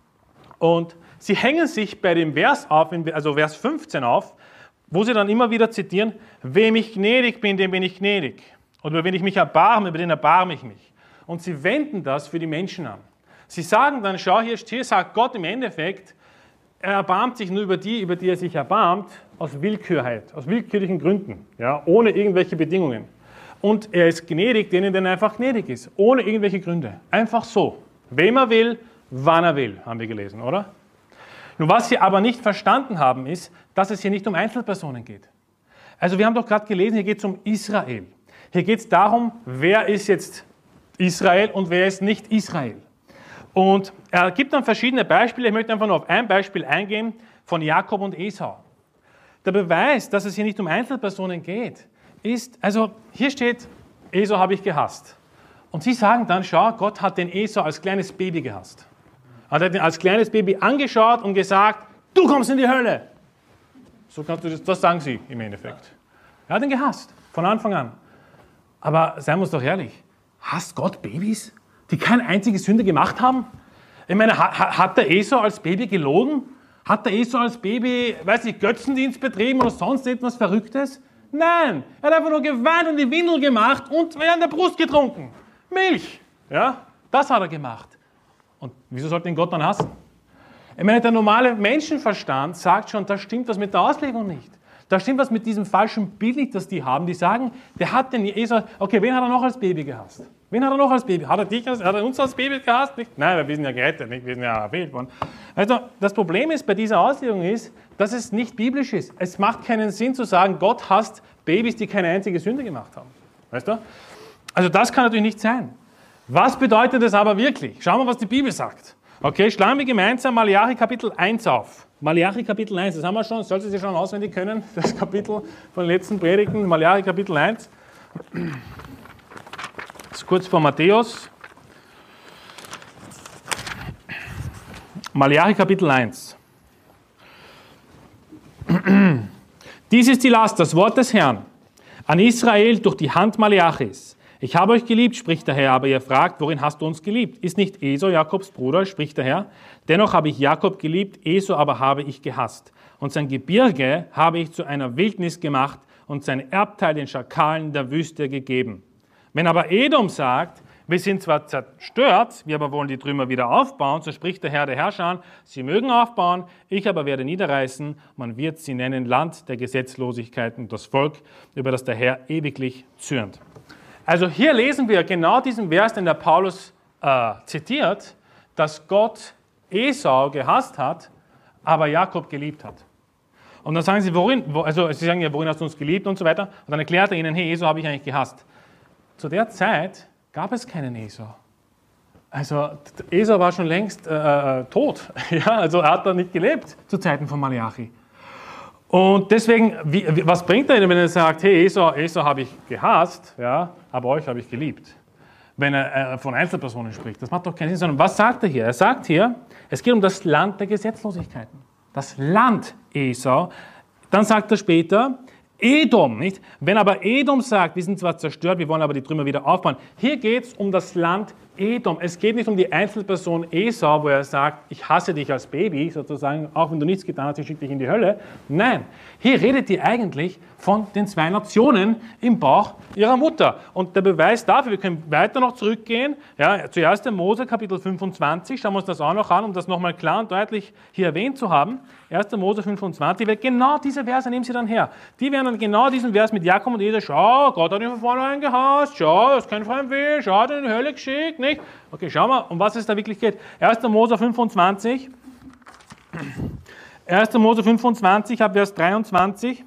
Und sie hängen sich bei dem Vers auf, also Vers fünfzehn auf, wo sie dann immer wieder zitieren, wem ich gnädig bin, dem bin ich gnädig. Und über wen ich mich erbarme, über den erbarme ich mich. Und sie wenden das für die Menschen an. Sie sagen dann, schau, hier, hier sagt Gott im Endeffekt, er erbarmt sich nur über die, über die er sich erbarmt, aus Willkürheit, aus willkürlichen Gründen, ja, ohne irgendwelche Bedingungen. Und er ist gnädig, denen er einfach gnädig ist, ohne irgendwelche Gründe. Einfach so. Wem er will, wann er will, haben wir gelesen, oder? Nun, was sie aber nicht verstanden haben, ist, dass es hier nicht um Einzelpersonen geht. Also wir haben doch gerade gelesen, hier geht es um Israel. Hier geht es darum, wer ist jetzt Israel und wer ist nicht Israel. Und er gibt dann verschiedene Beispiele. Ich möchte einfach nur auf ein Beispiel eingehen von Jakob und Esau. Der Beweis, dass es hier nicht um Einzelpersonen geht, ist, also hier steht, Esau habe ich gehasst. Und sie sagen dann, schau, Gott hat den Esau als kleines Baby gehasst. Er hat ihn als kleines Baby angeschaut und gesagt, du kommst in die Hölle. So kannst du das, das sagen sie im Endeffekt. Er hat ihn gehasst, von Anfang an. Aber seien wir uns doch ehrlich, hasst Gott Babys, die keine einzige Sünde gemacht haben? Ich meine, hat, hat der Esau als Baby gelogen? Hat der Esau als Baby, weiß ich, Götzendienst betrieben oder sonst etwas Verrücktes? Nein, er hat einfach nur geweint und die Windel gemacht und an der Brust getrunken. Milch, ja, das hat er gemacht. Und wieso sollte ihn Gott dann hassen? Ich meine, der normale Menschenverstand sagt schon, da stimmt was mit der Auslegung nicht. Da stimmt was mit diesem falschen Bild nicht, das die haben. Die sagen, der hat den Esau, okay, wen hat er noch als Baby gehasst? Wen hat er noch als Baby? Hat er, dich als, hat er uns als Baby gehasst? Nicht? Nein, wir sind ja gerettet, nicht? Wir sind ja erwählt worden. Also das Problem ist bei dieser Auslegung ist, dass es nicht biblisch ist. Es macht keinen Sinn zu sagen, Gott hasst Babys, die keine einzige Sünde gemacht haben. Weißt du? Also das kann natürlich nicht sein. Was bedeutet das aber wirklich? Schauen wir, was die Bibel sagt. Okay, schlagen wir gemeinsam Malachi Kapitel eins auf. Malachi Kapitel eins, das haben wir schon, sollten Sie schon auswendig können, das Kapitel von den letzten Predigten, Malachi Kapitel eins. Das ist kurz vor Matthäus. Malachi Kapitel eins. Dies ist die Last, das Wort des Herrn, an Israel durch die Hand Malachis. Ich habe euch geliebt, spricht der Herr, aber ihr fragt, worin hast du uns geliebt? Ist nicht Esau Jakobs Bruder, spricht der Herr? Dennoch habe ich Jakob geliebt, Esau aber habe ich gehasst. Und sein Gebirge habe ich zu einer Wildnis gemacht und sein Erbteil den Schakalen der Wüste gegeben. Wenn aber Edom sagt, wir sind zwar zerstört, wir aber wollen die Trümmer wieder aufbauen, so spricht der Herr der Herrscher, sie mögen aufbauen, ich aber werde niederreißen, man wird sie nennen Land der Gesetzlosigkeit und das Volk, über das der Herr ewiglich zürnt. Also hier lesen wir genau diesen Vers, den der Paulus äh, zitiert, dass Gott Esau gehasst hat, aber Jakob geliebt hat. Und dann sagen sie, worin, wo, also sie sagen ja, worin hast du uns geliebt und so weiter. Und dann erklärt er ihnen, hey, Esau habe ich eigentlich gehasst. Zu der Zeit gab es keinen Esau. Also Esau war schon längst äh, äh, tot. Ja, also er hat da nicht gelebt zu Zeiten von Malachi. Und deswegen, wie, was bringt er ihnen, wenn er sagt, hey, Esau, Esau habe ich gehasst, ja, aber euch habe ich geliebt? Wenn er äh, von Einzelpersonen spricht. Das macht doch keinen Sinn, sondern was sagt er hier? Er sagt hier, es geht um das Land der Gesetzlosigkeiten. Das Land Esau. Dann sagt er später, Edom, nicht? Wenn aber Edom sagt, wir sind zwar zerstört, wir wollen aber die Trümmer wieder aufbauen. Hier geht es um das Land Edom. Es geht nicht um die Einzelperson Esau, wo er sagt, ich hasse dich als Baby, sozusagen, auch wenn du nichts getan hast, ich schicke dich in die Hölle. Nein, hier redet ihr eigentlich von den zwei Nationen im Bauch ihrer Mutter. Und der Beweis dafür, wir können weiter noch zurückgehen, ja, zuerst in Mose Kapitel fünfundzwanzig, schauen wir uns das auch noch an, um das nochmal klar und deutlich hier erwähnt zu haben. erster Mose fünfundzwanzig, weil genau diese Verse nehmen sie dann her. Die werden dann genau diesen Vers mit Jakob und Esau, schau, Gott hat ihn von vornherein gehasst, schau, das ist kein Freund will, schau, hat ihn in die Hölle geschickt, nicht? Okay, schauen wir, um was es da wirklich geht. erster Mose fünfundzwanzig, erster Mose fünfundzwanzig, ab Vers dreiundzwanzig,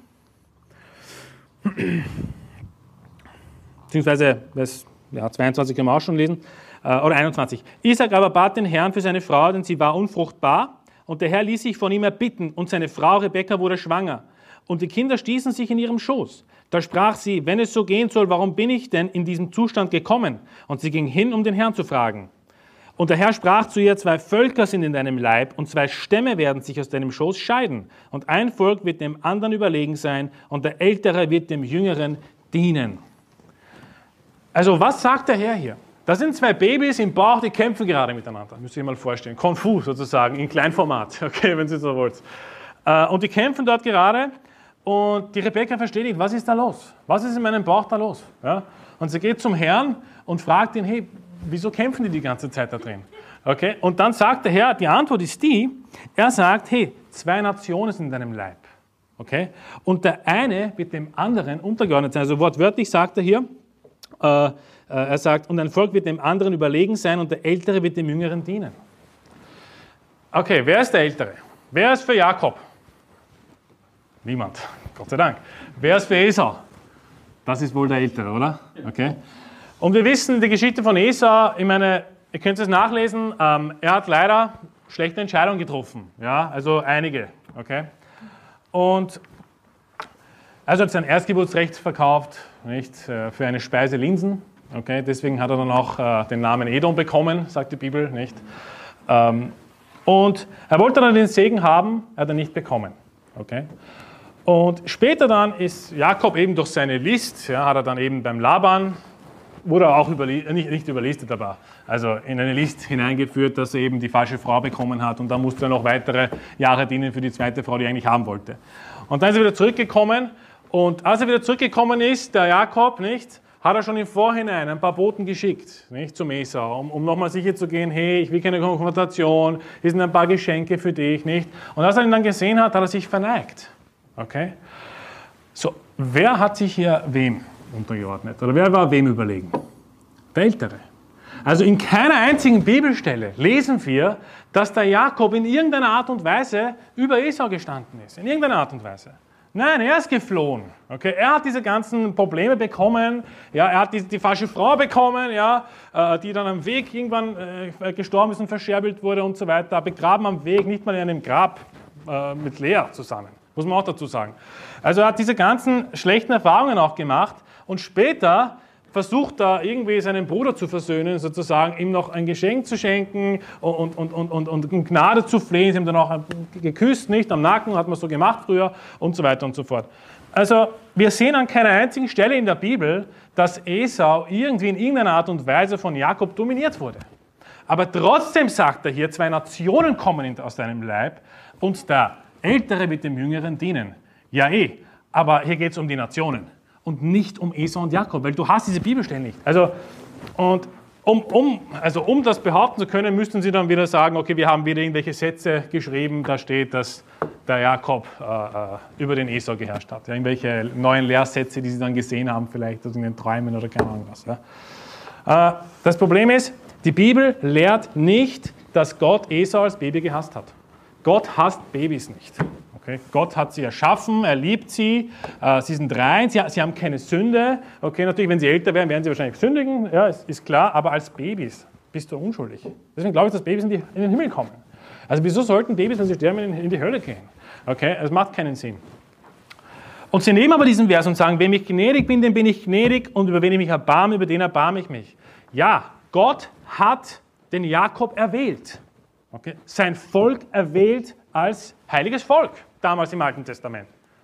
beziehungsweise Vers ja, zweiundzwanzig können wir auch schon lesen, äh, oder einundzwanzig. Isaac aber bat den Herrn für seine Frau, denn sie war unfruchtbar, und der Herr ließ sich von ihm erbitten, und seine Frau Rebekka wurde schwanger. Und die Kinder stießen sich in ihrem Schoß. Da sprach sie, wenn es so gehen soll, warum bin ich denn in diesem Zustand gekommen? Und sie ging hin, um den Herrn zu fragen. Und der Herr sprach zu ihr, zwei Völker sind in deinem Leib, und zwei Stämme werden sich aus deinem Schoß scheiden. Und ein Volk wird dem anderen überlegen sein, und der Ältere wird dem Jüngeren dienen. Also was sagt der Herr hier? Das sind zwei Babys im Bauch, die kämpfen gerade miteinander. Müsst ihr euch mal vorstellen. Konfus sozusagen, in Kleinformat, okay, wenn Sie so wollt. Und die kämpfen dort gerade und die Rebekka versteht nicht, was ist da los? Was ist in meinem Bauch da los? Ja? Und sie geht zum Herrn und fragt ihn, hey, wieso kämpfen die die ganze Zeit da drin? Okay? Und dann sagt der Herr, die Antwort ist die, er sagt, hey, zwei Nationen sind in deinem Leib. Okay? Und der eine wird dem anderen untergeordnet sein. Also wortwörtlich sagt er hier, äh, er sagt, und ein Volk wird dem anderen überlegen sein und der Ältere wird dem Jüngeren dienen. Okay, wer ist der Ältere? Wer ist für Jakob? Niemand, Gott sei Dank. Wer ist für Esau? Das ist wohl der Ältere, oder? Okay. Und wir wissen die Geschichte von Esau, ich meine, ihr könnt es nachlesen, ähm, er hat leider schlechte Entscheidungen getroffen. Ja, also einige. Okay. Und also hat sein Erstgeburtsrecht verkauft, nicht, für eine Speise Linsen. Okay, deswegen hat er dann auch äh, den Namen Edom bekommen, sagt die Bibel, nicht? Ähm, und er wollte dann den Segen haben, er hat er nicht bekommen. Okay? Und später dann ist Jakob eben durch seine List, ja, hat er dann eben beim Laban wurde er auch überli- nicht, nicht überlistet, aber also in eine List hineingeführt, dass er eben die falsche Frau bekommen hat und dann musste er noch weitere Jahre dienen für die zweite Frau, die er eigentlich haben wollte. Und dann ist er wieder zurückgekommen und als er wieder zurückgekommen ist, der Jakob, nicht, hat er schon im Vorhinein ein paar Boten geschickt, nicht, zum Esau, um, um nochmal sicher zu gehen, hey, ich will keine Konfrontation, hier sind ein paar Geschenke für dich, nicht? Und als er ihn dann gesehen hat, hat er sich verneigt. Okay? So, wer hat sich hier wem untergeordnet? Oder wer war wem überlegen? Der Ältere. Also in keiner einzigen Bibelstelle lesen wir, dass der Jakob in irgendeiner Art und Weise über Esau gestanden ist. In irgendeiner Art und Weise. Nein, er ist geflohen. Okay? Er hat diese ganzen Probleme bekommen. Ja, er hat die, die falsche Frau bekommen, ja, äh, die dann am Weg irgendwann äh, gestorben ist und verscherbelt wurde und so weiter. Begraben am Weg, nicht mal in einem Grab äh, mit Lea zusammen. Muss man auch dazu sagen. Also er hat diese ganzen schlechten Erfahrungen auch gemacht und später versucht er irgendwie seinen Bruder zu versöhnen, sozusagen ihm noch ein Geschenk zu schenken und, und, und, und, und um Gnade zu flehen. Sie haben dann auch geküsst, nicht am Nacken, hat man so gemacht früher und so weiter und so fort. Also wir sehen an keiner einzigen Stelle in der Bibel, dass Esau irgendwie in irgendeiner Art und Weise von Jakob dominiert wurde. Aber trotzdem sagt er hier, zwei Nationen kommen aus deinem Leib und der Ältere wird dem Jüngeren dienen. Ja eh, aber hier geht es um die Nationen. Und nicht um Esau und Jakob, weil du hast diese Bibelstellen nicht. Also, und um, um, also um das behaupten zu können, müssten sie dann wieder sagen, okay, wir haben wieder irgendwelche Sätze geschrieben, da steht, dass der Jakob äh, äh, über den Esau geherrscht hat. Ja, irgendwelche neuen Lehrsätze, die sie dann gesehen haben, vielleicht aus in den Träumen oder keine Ahnung was. Ja. Äh, das Problem ist, die Bibel lehrt nicht, dass Gott Esau als Baby gehasst hat. Gott hasst Babys nicht. Okay? Gott hat sie erschaffen, er liebt sie, äh, sie sind rein, sie, sie haben keine Sünde. Okay, natürlich, wenn sie älter werden, werden sie wahrscheinlich sündigen, ja, ist, ist klar, aber als Babys bist du unschuldig. Deswegen glaube ich, dass Babys in, die, in den Himmel kommen. Also wieso sollten Babys, wenn sie sterben, in, in die Hölle gehen? Okay, das macht keinen Sinn. Und sie nehmen aber diesen Vers und sagen, wem ich gnädig bin, dem bin ich gnädig und über wen ich mich erbarme, über den erbarme ich mich. Ja, Gott hat den Jakob erwählt. Okay? Sein Volk erwählt als heiliges Volk, damals im Alten Testament.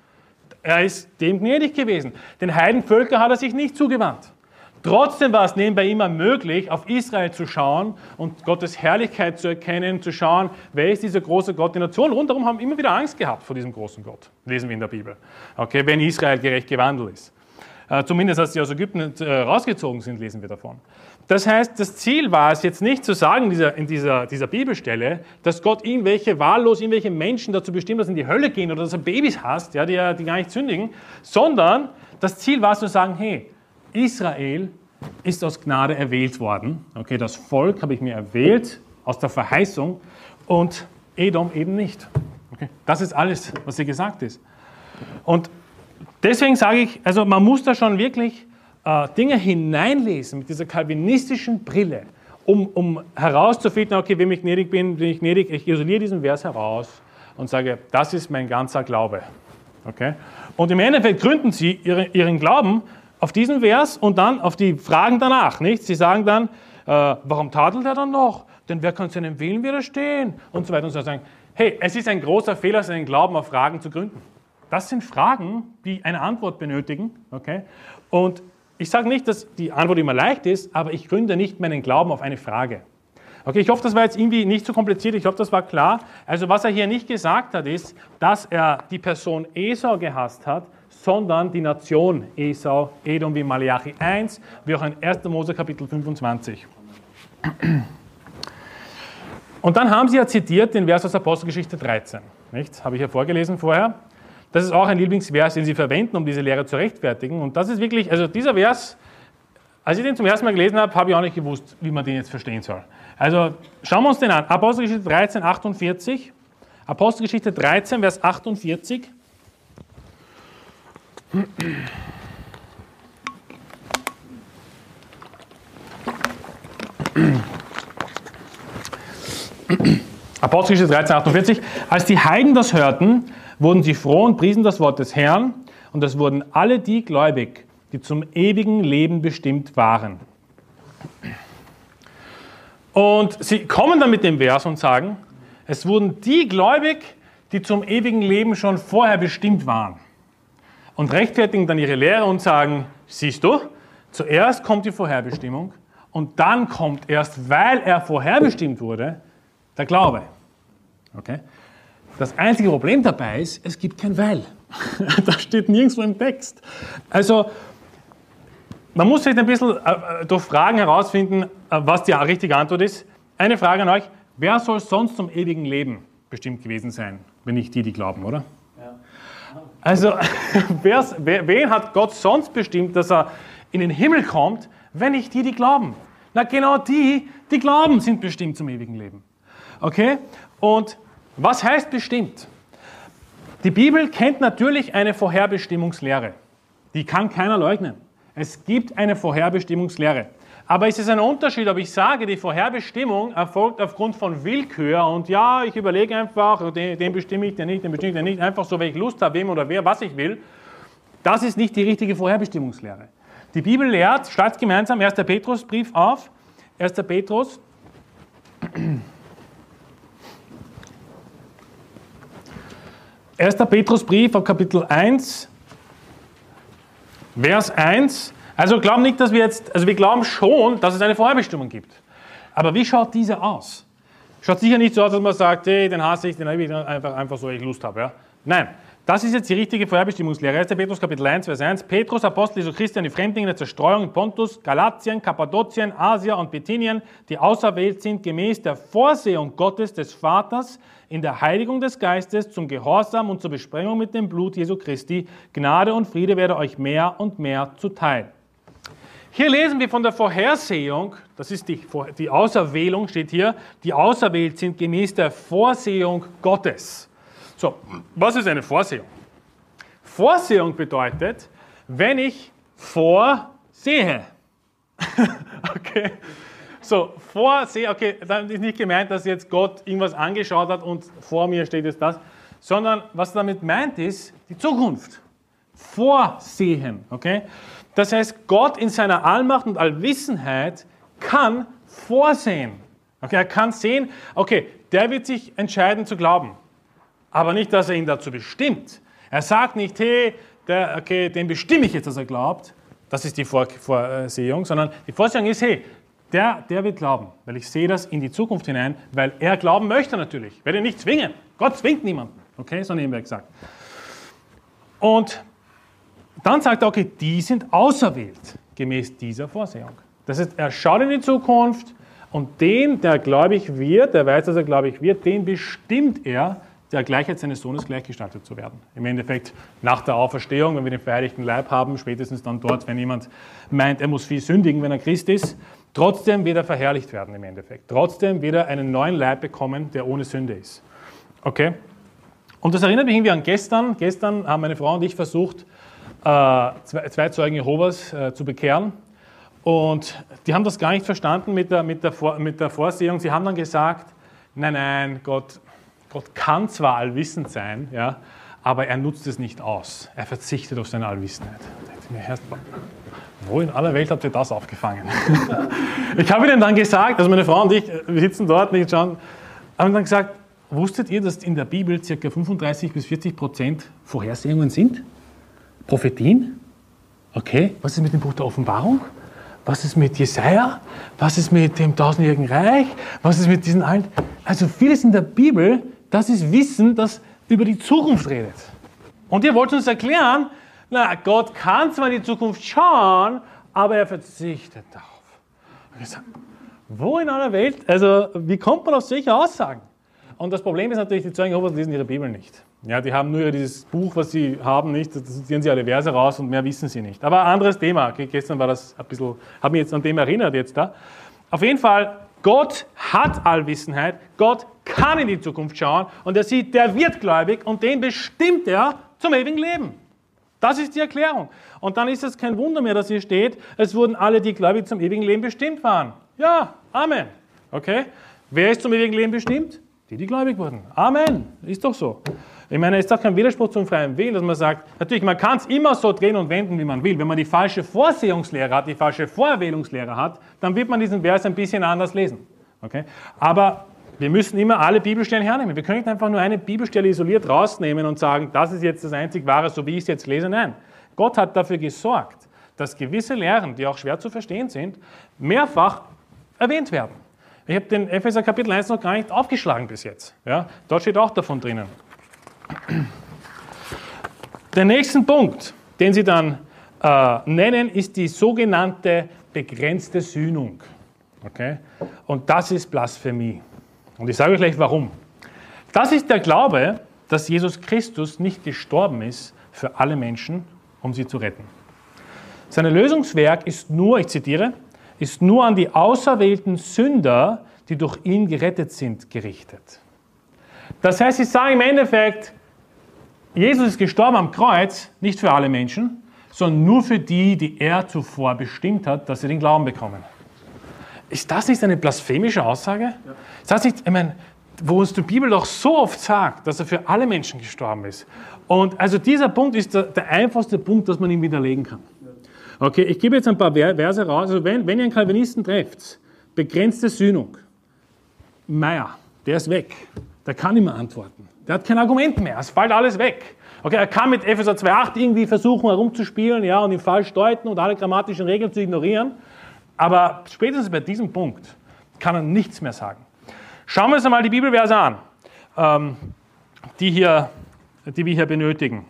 Er ist dem gnädig gewesen. Den Heidenvölkern hat er sich nicht zugewandt. Trotzdem war es nebenbei immer möglich, auf Israel zu schauen und Gottes Herrlichkeit zu erkennen, zu schauen, wer ist dieser große Gott. Die Nationen rundherum haben immer wieder Angst gehabt vor diesem großen Gott, lesen wir in der Bibel, okay, wenn Israel gerecht gewandelt ist. Äh, zumindest als sie aus Ägypten äh, rausgezogen sind, lesen wir davon. Das heißt, das Ziel war es jetzt nicht zu sagen in dieser, in dieser, dieser Bibelstelle, dass Gott irgendwelche wahllos, irgendwelche Menschen dazu bestimmt, dass sie in die Hölle gehen oder dass er Babys hasst, ja, die, die gar nicht sündigen, sondern das Ziel war es zu sagen, hey, Israel ist aus Gnade erwählt worden. Okay, das Volk habe ich mir erwählt aus der Verheißung und Edom eben nicht. Okay, das ist alles, was hier gesagt ist. Und deswegen sage ich, also man muss da schon wirklich äh, Dinge hineinlesen mit dieser kalvinistischen Brille, um, um herauszufinden, okay, wem ich gnädig bin, bin ich gnädig. Ich isoliere diesen Vers heraus und sage, das ist mein ganzer Glaube. Okay? Und im Endeffekt gründen sie ihre, ihren Glauben auf diesen Vers und dann auf die Fragen danach. Nicht? Sie sagen dann, äh, warum tadelt er dann noch? Denn wer kann seinem Willen widerstehen? Und so weiter und so sagen, hey, es ist ein großer Fehler, seinen Glauben auf Fragen zu gründen. Das sind Fragen, die eine Antwort benötigen. Okay? Und ich sage nicht, dass die Antwort immer leicht ist, aber ich gründe nicht meinen Glauben auf eine Frage. Okay, ich hoffe, das war jetzt irgendwie nicht so kompliziert, ich hoffe, das war klar. Also was er hier nicht gesagt hat, ist, dass er die Person Esau gehasst hat, sondern die Nation Esau, Edom wie Malachi eins, wie auch in erster Mose Kapitel fünfundzwanzig. Und dann haben sie ja zitiert den Vers aus Apostelgeschichte dreizehn. Nicht? Habe ich ja vorgelesen vorher. Das ist auch ein Lieblingsvers, den sie verwenden, um diese Lehre zu rechtfertigen. Und das ist wirklich, also dieser Vers, als ich den zum ersten Mal gelesen habe, habe ich auch nicht gewusst, wie man den jetzt verstehen soll. Also schauen wir uns den an. Apostelgeschichte dreizehn, achtundvierzig. Apostelgeschichte dreizehn, Vers achtundvierzig. Apostelgeschichte dreizehn, achtundvierzig. Als die Heiden das hörten, wurden sie froh und priesen das Wort des Herrn, und es wurden alle die gläubig, die zum ewigen Leben bestimmt waren. Und sie kommen dann mit dem Vers und sagen, es wurden die gläubig, die zum ewigen Leben schon vorher bestimmt waren. Und rechtfertigen dann ihre Lehre und sagen, siehst du, Zuerst kommt die Vorherbestimmung und dann kommt erst, weil er vorherbestimmt wurde, der Glaube. Okay? Das einzige Problem dabei ist, es gibt kein Weil. Das steht nirgendwo im Text. Also, man muss sich ein bisschen äh, durch Fragen herausfinden, äh, was die richtige Antwort ist. Eine Frage an euch, wer soll sonst zum ewigen Leben bestimmt gewesen sein, wenn nicht die, die glauben, oder? Ja. Also, wer, wen hat Gott sonst bestimmt, dass er in den Himmel kommt, wenn nicht die, die glauben? Na, genau die, die glauben, sind bestimmt zum ewigen Leben. Okay? Und was heißt bestimmt? Die Bibel kennt natürlich eine Vorherbestimmungslehre. Die kann keiner leugnen. Es gibt eine Vorherbestimmungslehre. Aber ist es ein Unterschied, ob ich sage, die Vorherbestimmung erfolgt aufgrund von Willkür und ja, ich überlege einfach, den, den bestimme ich, den nicht, den bestimme ich, den nicht, einfach so, weil ich Lust habe, wem oder wer, was ich will. Das ist nicht die richtige Vorherbestimmungslehre. Die Bibel lehrt, schreibt gemeinsam, erster Petrusbrief auf, erster Petrus, erster Petrusbrief auf Kapitel eins, Vers eins. Also glauben nicht, dass wir jetzt, also wir glauben schon, dass es eine Vorherbestimmung gibt. Aber wie schaut diese aus? Schaut sicher nicht so aus, dass man sagt, hey, den hasse ich, den habe ich einfach, einfach so, ich Lust habe. Ja? Nein, das ist jetzt die richtige Vorherbestimmungslehre. erster Petrus Kapitel eins, Vers eins. Petrus, Apostel Jesu Christi, an die Fremdlinge der Zerstreuung in Pontus, Galatien, Kappadokien, Asia und Bithynien, die auserwählt sind, gemäß der Vorsehung Gottes des Vaters, in der Heiligung des Geistes, zum Gehorsam und zur Besprengung mit dem Blut Jesu Christi. Gnade und Friede werde euch mehr und mehr zuteil. Hier lesen wir von der Vorhersehung, das ist die, die Auserwählung, steht hier, die auserwählt sind gemäß der Vorsehung Gottes. So, was ist eine Vorsehung? Vorsehung bedeutet, wenn ich vorsehe. Okay. So, vorsehe, okay, dann ist nicht gemeint, dass jetzt Gott irgendwas angeschaut hat und vor mir steht jetzt das, sondern was damit meint ist, die Zukunft. Vorsehen, okay? Das heißt, Gott in seiner Allmacht und Allwissenheit kann vorsehen. Okay, er kann sehen, okay, der wird sich entscheiden zu glauben. Aber nicht, dass er ihn dazu bestimmt. Er sagt nicht, hey, der, okay, den bestimme ich jetzt, dass er glaubt. Das ist die Vor- Vorsehung, sondern die Vorsehung ist, hey, der, der wird glauben, weil ich sehe das in die Zukunft hinein, weil er glauben möchte natürlich. Ich werde ihn nicht zwingen. Gott zwingt niemanden. Okay, so nebenbei gesagt. Und dann sagt er, okay, die sind auserwählt, gemäß dieser Vorsehung. Das heißt, er schaut in die Zukunft und den, der gläubig wird, der weiß, dass er gläubig wird, den bestimmt er, der Gleichheit seines Sohnes gleichgestaltet zu werden. Im Endeffekt nach der Auferstehung, wenn wir den verheiligten Leib haben, spätestens dann dort, wenn jemand meint, er muss viel sündigen, wenn er Christ ist, trotzdem wird er verherrlicht werden im Endeffekt. Trotzdem wird er einen neuen Leib bekommen, der ohne Sünde ist. Okay? Und das erinnert mich irgendwie an gestern. Gestern haben meine Frau und ich versucht, Zwei, zwei Zeugen Jehovas äh, zu bekehren und die haben das gar nicht verstanden mit der, mit, der Vor, mit der Vorsehung. Sie haben dann gesagt, nein, nein, Gott, Gott kann zwar allwissend sein, ja, aber er nutzt es nicht aus. Er verzichtet auf seine Allwissenheit. Wo in aller Welt habt ihr das aufgefangen? Ich habe ihnen dann gesagt, also meine Frau und ich, wir sitzen dort und schauen, haben dann gesagt, wusstet ihr, dass in der Bibel ca. fünfunddreißig bis vierzig Prozent Vorhersehungen sind? Prophetien? Okay, was ist mit dem Buch der Offenbarung? Was ist mit Jesaja? Was ist mit dem tausendjährigen Reich? Was ist mit diesen allen? Also vieles in der Bibel, das ist Wissen, das über die Zukunft redet. Und ihr wollt uns erklären, na, Gott kann zwar in die Zukunft schauen, aber er verzichtet darauf. Und ich sage, wo in aller Welt, also wie kommt man auf solche Aussagen? Und das Problem ist natürlich, die Zeugen Jehovas lesen ihre Bibel nicht. Ja, die haben nur dieses Buch, was sie haben, nicht. Da zitieren sie alle Verse raus und mehr wissen sie nicht. Aber ein anderes Thema. Okay, gestern war das ein bisschen, habe mich jetzt an dem erinnert jetzt da. Auf jeden Fall, Gott hat Allwissenheit. Gott kann in die Zukunft schauen und er sieht, der wird gläubig und den bestimmt er zum ewigen Leben. Das ist die Erklärung. Und dann ist es kein Wunder mehr, dass hier steht, es wurden alle, die gläubig zum ewigen Leben bestimmt waren. Ja, Amen. Okay? Wer ist zum ewigen Leben bestimmt? Die, die gläubig wurden. Amen. Ist doch so. Ich meine, es ist doch kein Widerspruch zum freien Willen, dass man sagt, natürlich, man kann es immer so drehen und wenden, wie man will. Wenn man die falsche Vorsehungslehre hat, die falsche Vorerwählungslehre hat, dann wird man diesen Vers ein bisschen anders lesen. Okay? Aber wir müssen immer alle Bibelstellen hernehmen. Wir können nicht einfach nur eine Bibelstelle isoliert rausnehmen und sagen, das ist jetzt das einzig Wahre, so wie ich es jetzt lese. Nein, Gott hat dafür gesorgt, dass gewisse Lehren, die auch schwer zu verstehen sind, mehrfach erwähnt werden. Ich habe den Epheser Kapitel eins noch gar nicht aufgeschlagen bis jetzt. Ja, dort steht auch davon drinnen. Der nächste Punkt, den sie dann äh, nennen, ist die sogenannte begrenzte Sühnung. Okay? Und das ist Blasphemie. Und ich sage euch gleich warum. Das ist der Glaube, dass Jesus Christus nicht gestorben ist für alle Menschen, um sie zu retten. Sein Erlösungswerk ist nur, ich zitiere, ist nur an die auserwählten Sünder, die durch ihn gerettet sind, gerichtet. Das heißt, sie sagen im Endeffekt, Jesus ist gestorben am Kreuz, nicht für alle Menschen, sondern nur für die, die er zuvor bestimmt hat, dass sie den Glauben bekommen. Ist das nicht eine blasphemische Aussage? Ja. Ist das nicht, ich meine, wo uns die Bibel doch so oft sagt, dass er für alle Menschen gestorben ist. Und also dieser Punkt ist der, der einfachste Punkt, dass man ihn widerlegen kann. Okay, ich gebe jetzt ein paar Verse raus. Also wenn, wenn ihr einen Calvinisten trefft, begrenzte Sühnung, Meier, der ist weg. Der kann nicht mehr antworten. Der hat kein Argument mehr. Es fällt alles weg. Okay, er kann mit Epheser zwei Komma acht irgendwie versuchen herumzuspielen, ja, und ihn falsch deuten und alle grammatischen Regeln zu ignorieren. Aber spätestens bei diesem Punkt kann er nichts mehr sagen. Schauen wir uns einmal die Bibelverse an, ähm, die, hier, die wir hier benötigen.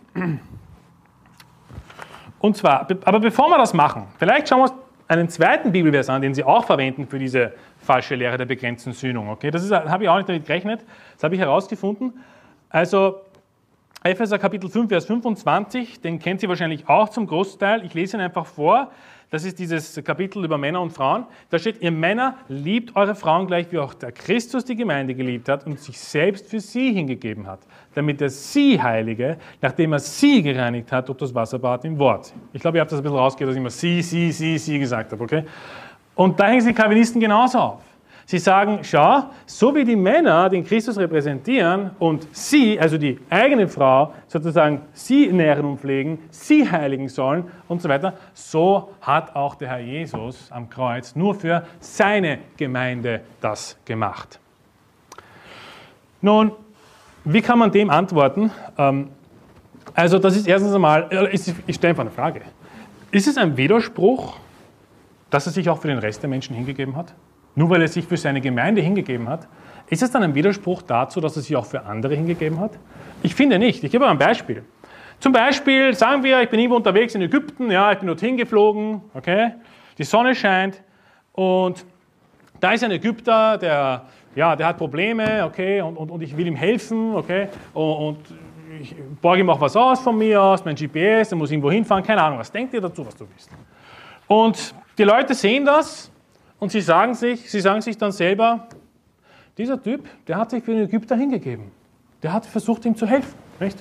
Und zwar, aber bevor wir das machen, vielleicht schauen wir uns einen zweiten Bibelvers an, den Sie auch verwenden für diese falsche Lehre der begrenzten Sühnung. Okay, das habe ich auch nicht damit gerechnet, das habe ich herausgefunden. Also Epheser Kapitel fünf, Vers fünfundzwanzig, den kennt Sie wahrscheinlich auch zum Großteil. Ich lese ihn einfach vor. Das ist dieses Kapitel über Männer und Frauen. Da steht, ihr Männer, liebt eure Frauen gleich, wie auch der Christus die Gemeinde geliebt hat und sich selbst für sie hingegeben hat, damit er sie heilige, nachdem er sie gereinigt hat durch das Wasserbad im Wort. Ich glaube, ihr habt das ein bisschen rausgehört, dass ich immer sie, sie, sie, sie gesagt habe. Okay? Und da hängen sich die Calvinisten genauso auf. Sie sagen, schau, so wie die Männer den Christus repräsentieren und sie, also die eigene Frau, sozusagen sie nähren und pflegen, sie heiligen sollen und so weiter, so hat auch der Herr Jesus am Kreuz nur für seine Gemeinde das gemacht. Nun, wie kann man dem antworten? Also das ist erstens einmal, ich stelle einfach eine Frage. Ist es ein Widerspruch, dass er sich auch für den Rest der Menschen hingegeben hat? Nur weil er sich für seine Gemeinde hingegeben hat, ist es dann ein Widerspruch dazu, dass er sich auch für andere hingegeben hat? Ich finde nicht. Ich gebe mal ein Beispiel. Zum Beispiel, sagen wir, ich bin irgendwo unterwegs in Ägypten, ja, ich bin dorthin geflogen, okay, die Sonne scheint und da ist ein Ägypter, der, ja, der hat Probleme, okay, und, und, und ich will ihm helfen, okay, und, und ich borge ihm auch was aus von mir aus, mein G P S, der muss irgendwo hinfahren, keine Ahnung, was denkt ihr dazu, was du willst? Und die Leute sehen das. Und sie sagen sich, sie sagen sich dann selber, dieser Typ, der hat sich für den Ägypter hingegeben. Der hat versucht, ihm zu helfen. Nicht?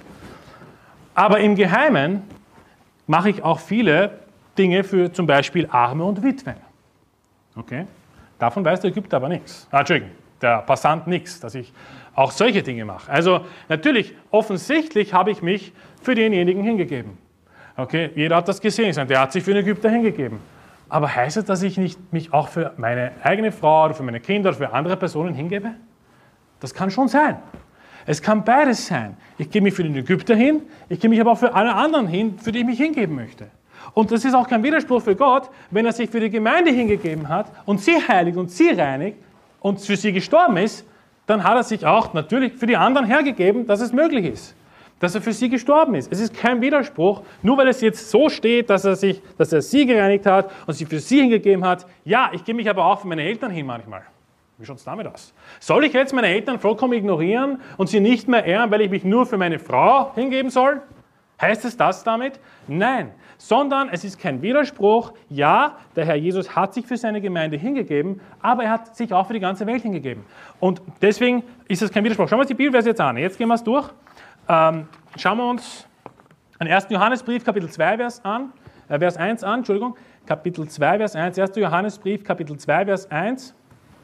Aber im Geheimen mache ich auch viele Dinge für zum Beispiel Arme und Witwen. Okay? Davon weiß der Ägypter aber nichts. Ah, Entschuldigung, der Passant nichts, dass ich auch solche Dinge mache. Also natürlich, offensichtlich habe ich mich für denjenigen hingegeben. Okay? Jeder hat das gesehen. Der hat sich für den Ägypter hingegeben. Aber heißt es, dass ich nicht mich auch für meine eigene Frau oder für meine Kinder oder für andere Personen hingebe? Das kann schon sein. Es kann beides sein. Ich gebe mich für den Ägypter hin, ich gebe mich aber auch für alle anderen hin, für die ich mich hingeben möchte. Und das ist auch kein Widerspruch für Gott, wenn er sich für die Gemeinde hingegeben hat und sie heiligt und sie reinigt und für sie gestorben ist, dann hat er sich auch natürlich für die anderen hergegeben, dass es möglich ist. Dass er für sie gestorben ist. Es ist kein Widerspruch, nur weil es jetzt so steht, dass er, sich, dass er sie gereinigt hat und sie für sie hingegeben hat. Ja, ich gebe mich aber auch für meine Eltern hin manchmal. Wie schaut es damit aus? Soll ich jetzt meine Eltern vollkommen ignorieren und sie nicht mehr ehren, weil ich mich nur für meine Frau hingeben soll? Heißt es das damit? Nein, sondern es ist kein Widerspruch. Ja, der Herr Jesus hat sich für seine Gemeinde hingegeben, aber er hat sich auch für die ganze Welt hingegeben. Und deswegen ist es kein Widerspruch. Schauen wir uns die Bibelverse jetzt an. Jetzt gehen wir es durch. Ähm, schauen wir uns den ersten Johannesbrief, Kapitel zwei, Vers, an, äh, Vers eins an, Entschuldigung, Kapitel zwei, Vers eins, erster Johannesbrief, Kapitel zwei, Vers eins.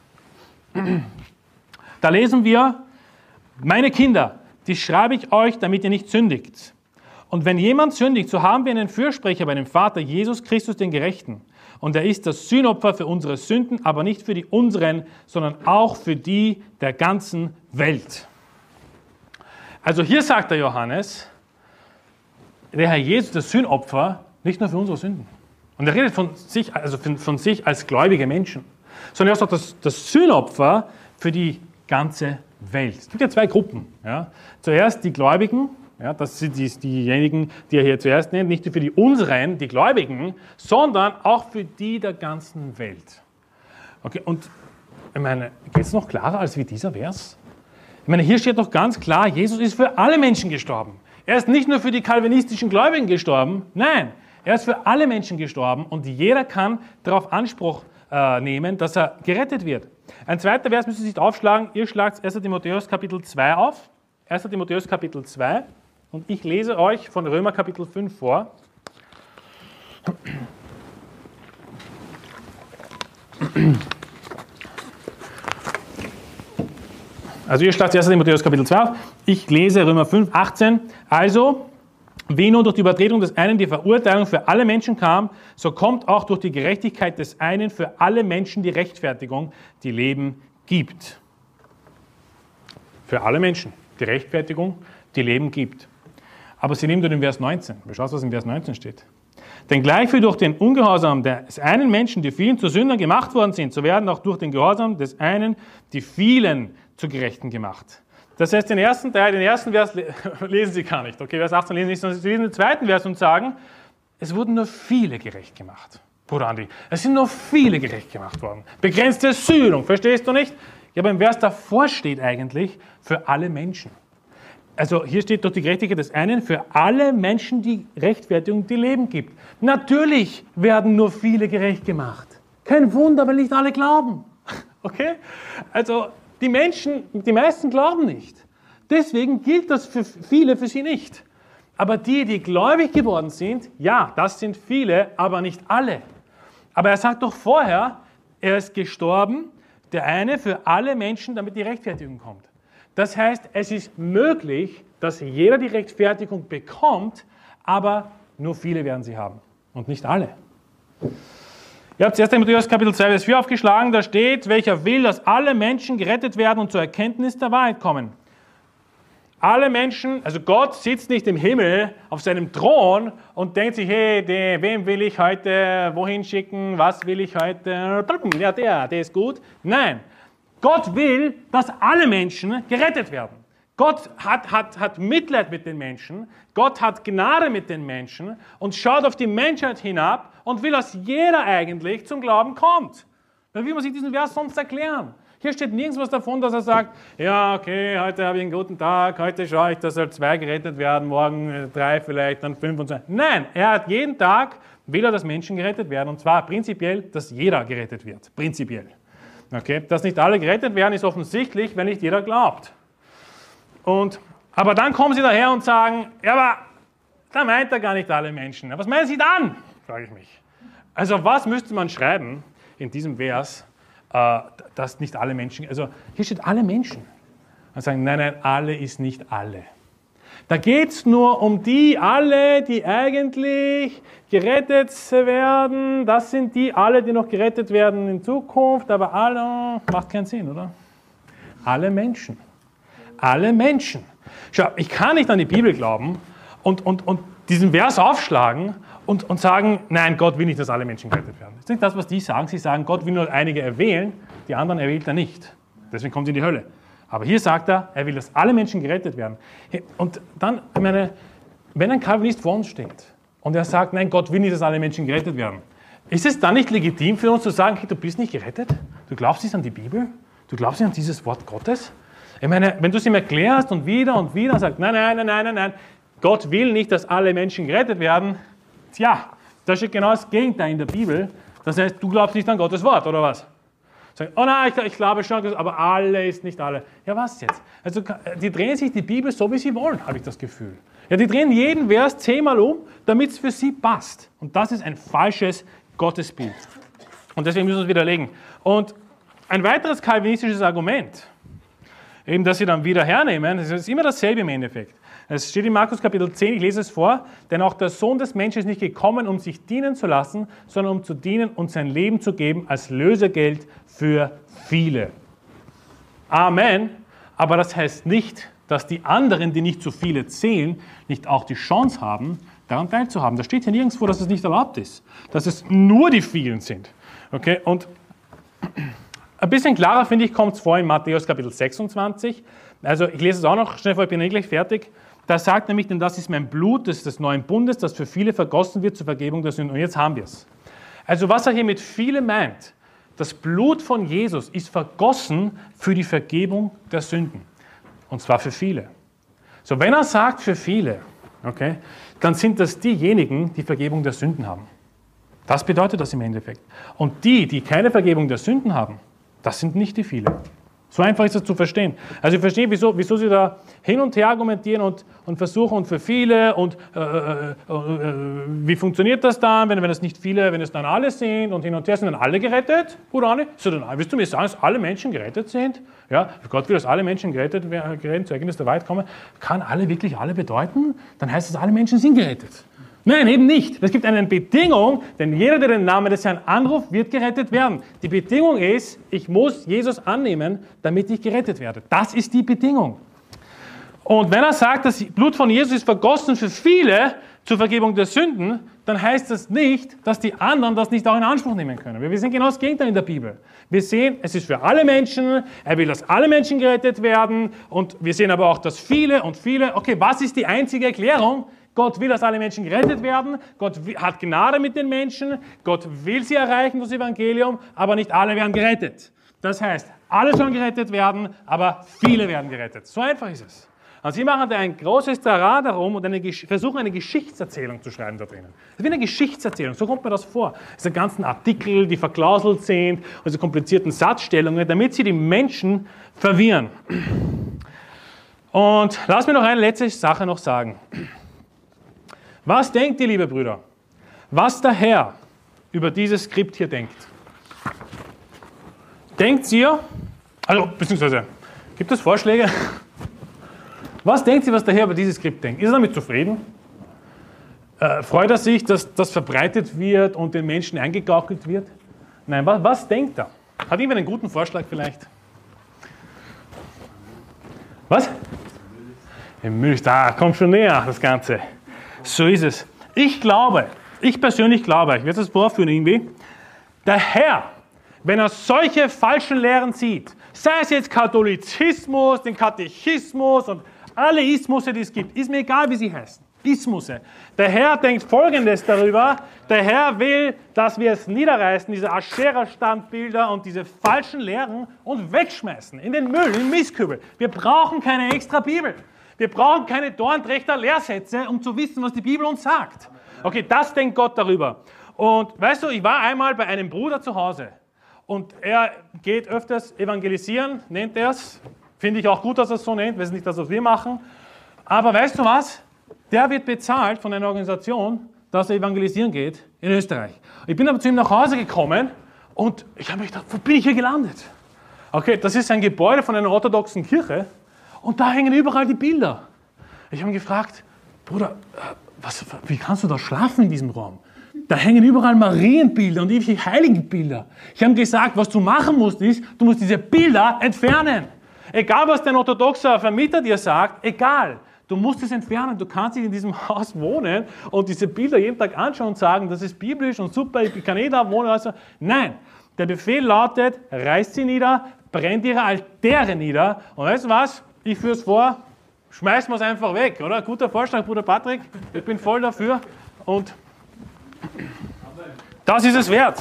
Da lesen wir, meine Kinder, die schreibe ich euch, damit ihr nicht sündigt. Und wenn jemand sündigt, so haben wir einen Fürsprecher bei dem Vater, Jesus Christus, den Gerechten. Und er ist das Sühnopfer für unsere Sünden, aber nicht für die unseren, sondern auch für die der ganzen Welt. Also hier sagt der Johannes, der Herr Jesus, das Sühnopfer, nicht nur für unsere Sünden. Und er redet von sich, also von, von sich als gläubige Menschen. Sondern er sagt, das, das Sühnopfer für die ganze Welt. Es gibt ja zwei Gruppen. Ja. Zuerst die Gläubigen, ja, das sind die, diejenigen, die er hier zuerst nennt, nicht nur für die Unseren, die Gläubigen, sondern auch für die der ganzen Welt. Okay, und ich meine, geht es noch klarer als wie dieser Vers? Ich meine, hier steht doch ganz klar, Jesus ist für alle Menschen gestorben. Er ist nicht nur für die kalvinistischen Gläubigen gestorben, nein, er ist für alle Menschen gestorben und jeder kann darauf Anspruch äh, nehmen, dass er gerettet wird. Ein zweiter Vers müsst ihr sich aufschlagen, ihr schlagt erster Timotheus Kapitel zwei auf, erster Timotheus Kapitel zwei und ich lese euch von Römer Kapitel fünf vor. Also ihr schlagt erster Timotheus Kapitel zwei auf, ich lese Römer fünf, achtzehn. Also, wie nun durch die Übertretung des einen die Verurteilung für alle Menschen kam, so kommt auch durch die Gerechtigkeit des einen für alle Menschen die Rechtfertigung, die Leben gibt. Für alle Menschen die Rechtfertigung, die Leben gibt. Aber sie nehmen durch den Vers neunzehn. Schaut, was im Vers neunzehn steht. Denn gleich wie durch den Ungehorsam des einen Menschen die vielen zu Sündern gemacht worden sind, so werden auch durch den Gehorsam des einen die vielen zu Gerechten gemacht. Das heißt, den ersten Teil, den ersten Vers lesen Sie gar nicht. Okay, Vers achtzehn lesen Sie nicht, sondern Sie lesen den zweiten Vers und sagen, es wurden nur viele gerecht gemacht. Bruder Andi, es sind nur viele gerecht gemacht worden. Begrenzte Sühnung, verstehst du nicht? Ja, aber im Vers davor steht eigentlich für alle Menschen. Also hier steht durch die Gerechtigkeit des einen für alle Menschen die Rechtfertigung, die Leben gibt. Natürlich werden nur viele gerecht gemacht. Kein Wunder, weil nicht alle glauben. Okay? Also die Menschen, die meisten glauben nicht. Deswegen gilt das für viele, für sie nicht. Aber die, die gläubig geworden sind, ja, das sind viele, aber nicht alle. Aber er sagt doch vorher, er ist gestorben, der eine für alle Menschen, damit die Rechtfertigung kommt. Das heißt, es ist möglich, dass jeder die Rechtfertigung bekommt, aber nur viele werden sie haben und nicht alle. Ihr habt erster Timotheus Kapitel zwei, Vers vier aufgeschlagen, da steht, welcher will, dass alle Menschen gerettet werden und zur Erkenntnis der Wahrheit kommen. Alle Menschen, also Gott sitzt nicht im Himmel auf seinem Thron und denkt sich, hey, den, wem will ich heute wohin schicken, was will ich heute, ja der, der ist gut. Nein, Gott will, dass alle Menschen gerettet werden. Gott hat, hat, hat Mitleid mit den Menschen, Gott hat Gnade mit den Menschen und schaut auf die Menschheit hinab und will, dass jeder eigentlich zum Glauben kommt. Wie will man sich diesen Vers sonst erklären? Hier steht nirgends was davon, dass er sagt, ja, okay, heute habe ich einen guten Tag, heute schaue ich, dass halt zwei gerettet werden, morgen drei vielleicht, dann fünf und so. Nein, er hat jeden Tag, will er, dass Menschen gerettet werden und zwar prinzipiell, dass jeder gerettet wird. Prinzipiell. Okay? Dass nicht alle gerettet werden, ist offensichtlich, wenn nicht jeder glaubt. Und, aber dann kommen sie daher und sagen, ja, aber da meint er gar nicht alle Menschen. Was meinen Sie dann? Frage ich mich. Also was müsste man schreiben in diesem Vers, äh, dass nicht alle Menschen, also hier steht alle Menschen. Und sagen, nein, nein, alle ist nicht alle. Da geht es nur um die alle, die eigentlich gerettet werden. Das sind die alle, die noch gerettet werden in Zukunft, aber alle, macht keinen Sinn, oder? Alle Menschen. Alle Menschen. Schau, ich kann nicht an die Bibel glauben und, und, und diesen Vers aufschlagen und, und sagen, nein, Gott will nicht, dass alle Menschen gerettet werden. Das ist nicht das, was die sagen. Sie sagen, Gott will nur einige erwählen, die anderen erwählt er nicht. Deswegen kommt sie in die Hölle. Aber hier sagt er, er will, dass alle Menschen gerettet werden. Und dann, ich meine, wenn ein Calvinist vor uns steht und er sagt, nein, Gott will nicht, dass alle Menschen gerettet werden, ist es dann nicht legitim für uns zu sagen, hey, du bist nicht gerettet? Du glaubst nicht an die Bibel? Du glaubst nicht an dieses Wort Gottes? Ich meine, wenn du es ihm erklärst und wieder und wieder sagt, nein, nein, nein, nein, nein, nein, Gott will nicht, dass alle Menschen gerettet werden, tja, da steht genau das Gegenteil in der Bibel. Das heißt, du glaubst nicht an Gottes Wort, oder was? Sagen, oh nein, ich, ich glaube schon, aber alle ist nicht alle. Ja, was jetzt? Also, die drehen sich die Bibel so, wie sie wollen, habe ich das Gefühl. Ja, die drehen jeden Vers zehnmal um, damit es für sie passt. Und das ist ein falsches Gottesbild. Und deswegen müssen wir es widerlegen. Und ein weiteres kalvinistisches Argument, eben, dass sie dann wieder hernehmen, das ist immer dasselbe im Endeffekt. Es steht in Markus Kapitel zehn, ich lese es vor, denn auch der Sohn des Menschen ist nicht gekommen, um sich dienen zu lassen, sondern um zu dienen und sein Leben zu geben als Lösegeld für viele. Amen. Aber das heißt nicht, dass die anderen, die nicht so viele zählen, nicht auch die Chance haben, daran teilzuhaben. Da steht hier nirgendwo, dass es nicht erlaubt ist, dass es nur die vielen sind. Okay? Und ein bisschen klarer, finde ich, kommt es vor in Matthäus Kapitel sechsundzwanzig. Also ich lese es auch noch schnell vor, ich bin eh gleich fertig. Da sagt nämlich, denn das ist mein Blut, das ist des neuen Bundes, das für viele vergossen wird zur Vergebung der Sünden. Und jetzt haben wir es. Also was er hier mit viele meint, das Blut von Jesus ist vergossen für die Vergebung der Sünden. Und zwar für viele. So, wenn er sagt für viele, okay, dann sind das diejenigen, die Vergebung der Sünden haben. Das bedeutet das im Endeffekt. Und die, die keine Vergebung der Sünden haben, das sind nicht die viele. So einfach ist das zu verstehen. Also ich verstehe, wieso, wieso Sie da hin und her argumentieren und, und versuchen und für viele und äh, äh, äh, wie funktioniert das dann, wenn, wenn es nicht viele, wenn es dann alle sind und hin und her, sind dann alle gerettet? Gut, Anni? So, dann willst du mir sagen, dass alle Menschen gerettet sind? Ja, Gott will, dass alle Menschen gerettet werden, zur Erkenntnis der Wahrheit kommen. Kann alle wirklich alle bedeuten? Dann heißt es, alle Menschen sind gerettet. Nein, eben nicht. Es gibt eine Bedingung, denn jeder, der den Namen des Herrn anruft, wird gerettet werden. Die Bedingung ist, ich muss Jesus annehmen, damit ich gerettet werde. Das ist die Bedingung. Und wenn er sagt, das Blut von Jesus ist vergossen für viele zur Vergebung der Sünden, dann heißt das nicht, dass die anderen das nicht auch in Anspruch nehmen können. Wir sehen genau das Gegenteil in der Bibel. Wir sehen, es ist für alle Menschen, er will, dass alle Menschen gerettet werden und wir sehen aber auch, dass viele und viele, okay, was ist die einzige Erklärung? Gott will, dass alle Menschen gerettet werden. Gott hat Gnade mit den Menschen. Gott will sie erreichen, das Evangelium, aber nicht alle werden gerettet. Das heißt, alle sollen gerettet werden, aber viele werden gerettet. So einfach ist es. Und sie machen da ein großes Trara darum und eine, versuchen eine Geschichtserzählung zu schreiben da drinnen. Das ist wie eine Geschichtserzählung, so kommt mir das vor. Diese ganzen Artikel, die verklauselt sind, und diese komplizierten Satzstellungen, damit sie die Menschen verwirren. Und lass mir noch eine letzte Sache noch sagen. Was denkt ihr, liebe Brüder, was der Herr über dieses Skript hier denkt? Denkt ihr, also beziehungsweise, gibt es Vorschläge? Was denkt ihr, was der Herr über dieses Skript denkt? Ist er damit zufrieden? Äh, freut er sich, dass das verbreitet wird und den Menschen eingegaukelt wird? Nein, was, was denkt er? Hat jemand einen guten Vorschlag vielleicht? Was? Im Müll, da kommt schon näher das Ganze. So ist es. Ich glaube, ich persönlich glaube, ich werde das vorführen irgendwie, der Herr, wenn er solche falschen Lehren sieht, sei es jetzt Katholizismus, den Katechismus und alle Ismusse, die es gibt, ist mir egal, wie sie heißen, Ismusse. Der Herr denkt Folgendes darüber, der Herr will, dass wir es niederreißen, diese Aschera-Standbilder und diese falschen Lehren und wegschmeißen, in den Müll, in den Mistkübel. Wir brauchen keine extra Bibel. Wir brauchen keine Dorntrechter Lehrsätze, um zu wissen, was die Bibel uns sagt. Okay, das denkt Gott darüber. Und weißt du, ich war einmal bei einem Bruder zu Hause und er geht öfters evangelisieren, nennt er es. Finde ich auch gut, dass er es so nennt, weiß nicht das, was wir machen. Aber weißt du was? Der wird bezahlt von einer Organisation, dass er evangelisieren geht in Österreich. Ich bin aber zu ihm nach Hause gekommen und ich habe mich gedacht, wo bin ich hier gelandet? Okay, das ist ein Gebäude von einer orthodoxen Kirche. Und da hängen überall die Bilder. Ich habe ihn gefragt, Bruder, was, wie kannst du da schlafen in diesem Raum? Da hängen überall Marienbilder und irgendwelche Heiligenbilder. Ich habe ihm gesagt, was du machen musst, ist, du musst diese Bilder entfernen. Egal, was dein orthodoxer Vermieter dir sagt, egal. Du musst es entfernen. Du kannst nicht in diesem Haus wohnen und diese Bilder jeden Tag anschauen und sagen, das ist biblisch und super, ich kann eh da wohnen. Also, nein, der Befehl lautet, reißt sie nieder, brennt ihre Altäre nieder. Und weißt du was? Ich führe es vor, schmeißen wir es einfach weg, oder? Guter Vorschlag, Bruder Patrick. Ich bin voll dafür. Und das ist es wert.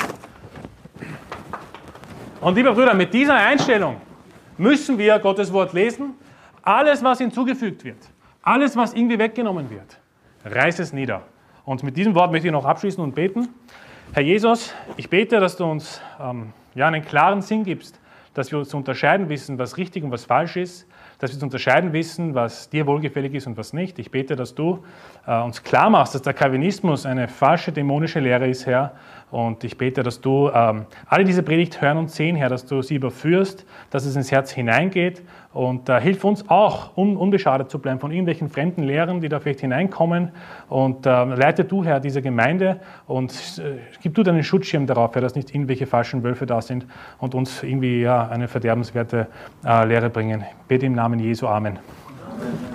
Und lieber Brüder, mit dieser Einstellung müssen wir Gottes Wort lesen. Alles, was hinzugefügt wird, alles, was irgendwie weggenommen wird, reiß es nieder. Und mit diesem Wort möchte ich noch abschließen und beten. Herr Jesus, ich bete, dass du uns ähm, ja, einen klaren Sinn gibst, dass wir uns unterscheiden wissen, was richtig und was falsch ist, dass wir uns unterscheiden wissen, was dir wohlgefällig ist und was nicht. Ich bete, dass du äh, uns klar machst, dass der Calvinismus eine falsche, dämonische Lehre ist, Herr. Und ich bete, dass du ähm, alle diese Predigt hören und sehen, Herr, dass du sie überführst, dass es ins Herz hineingeht. Und äh, hilf uns auch, un unbeschadet zu bleiben von irgendwelchen fremden Lehren, die da vielleicht hineinkommen. Und äh, leite du, Herr, diese Gemeinde und äh, gib du deinen Schutzschirm darauf, Herr, dass nicht irgendwelche falschen Wölfe da sind und uns irgendwie ja, eine verderbenswerte äh, Lehre bringen. Ich bete im Namen Jesu. Amen.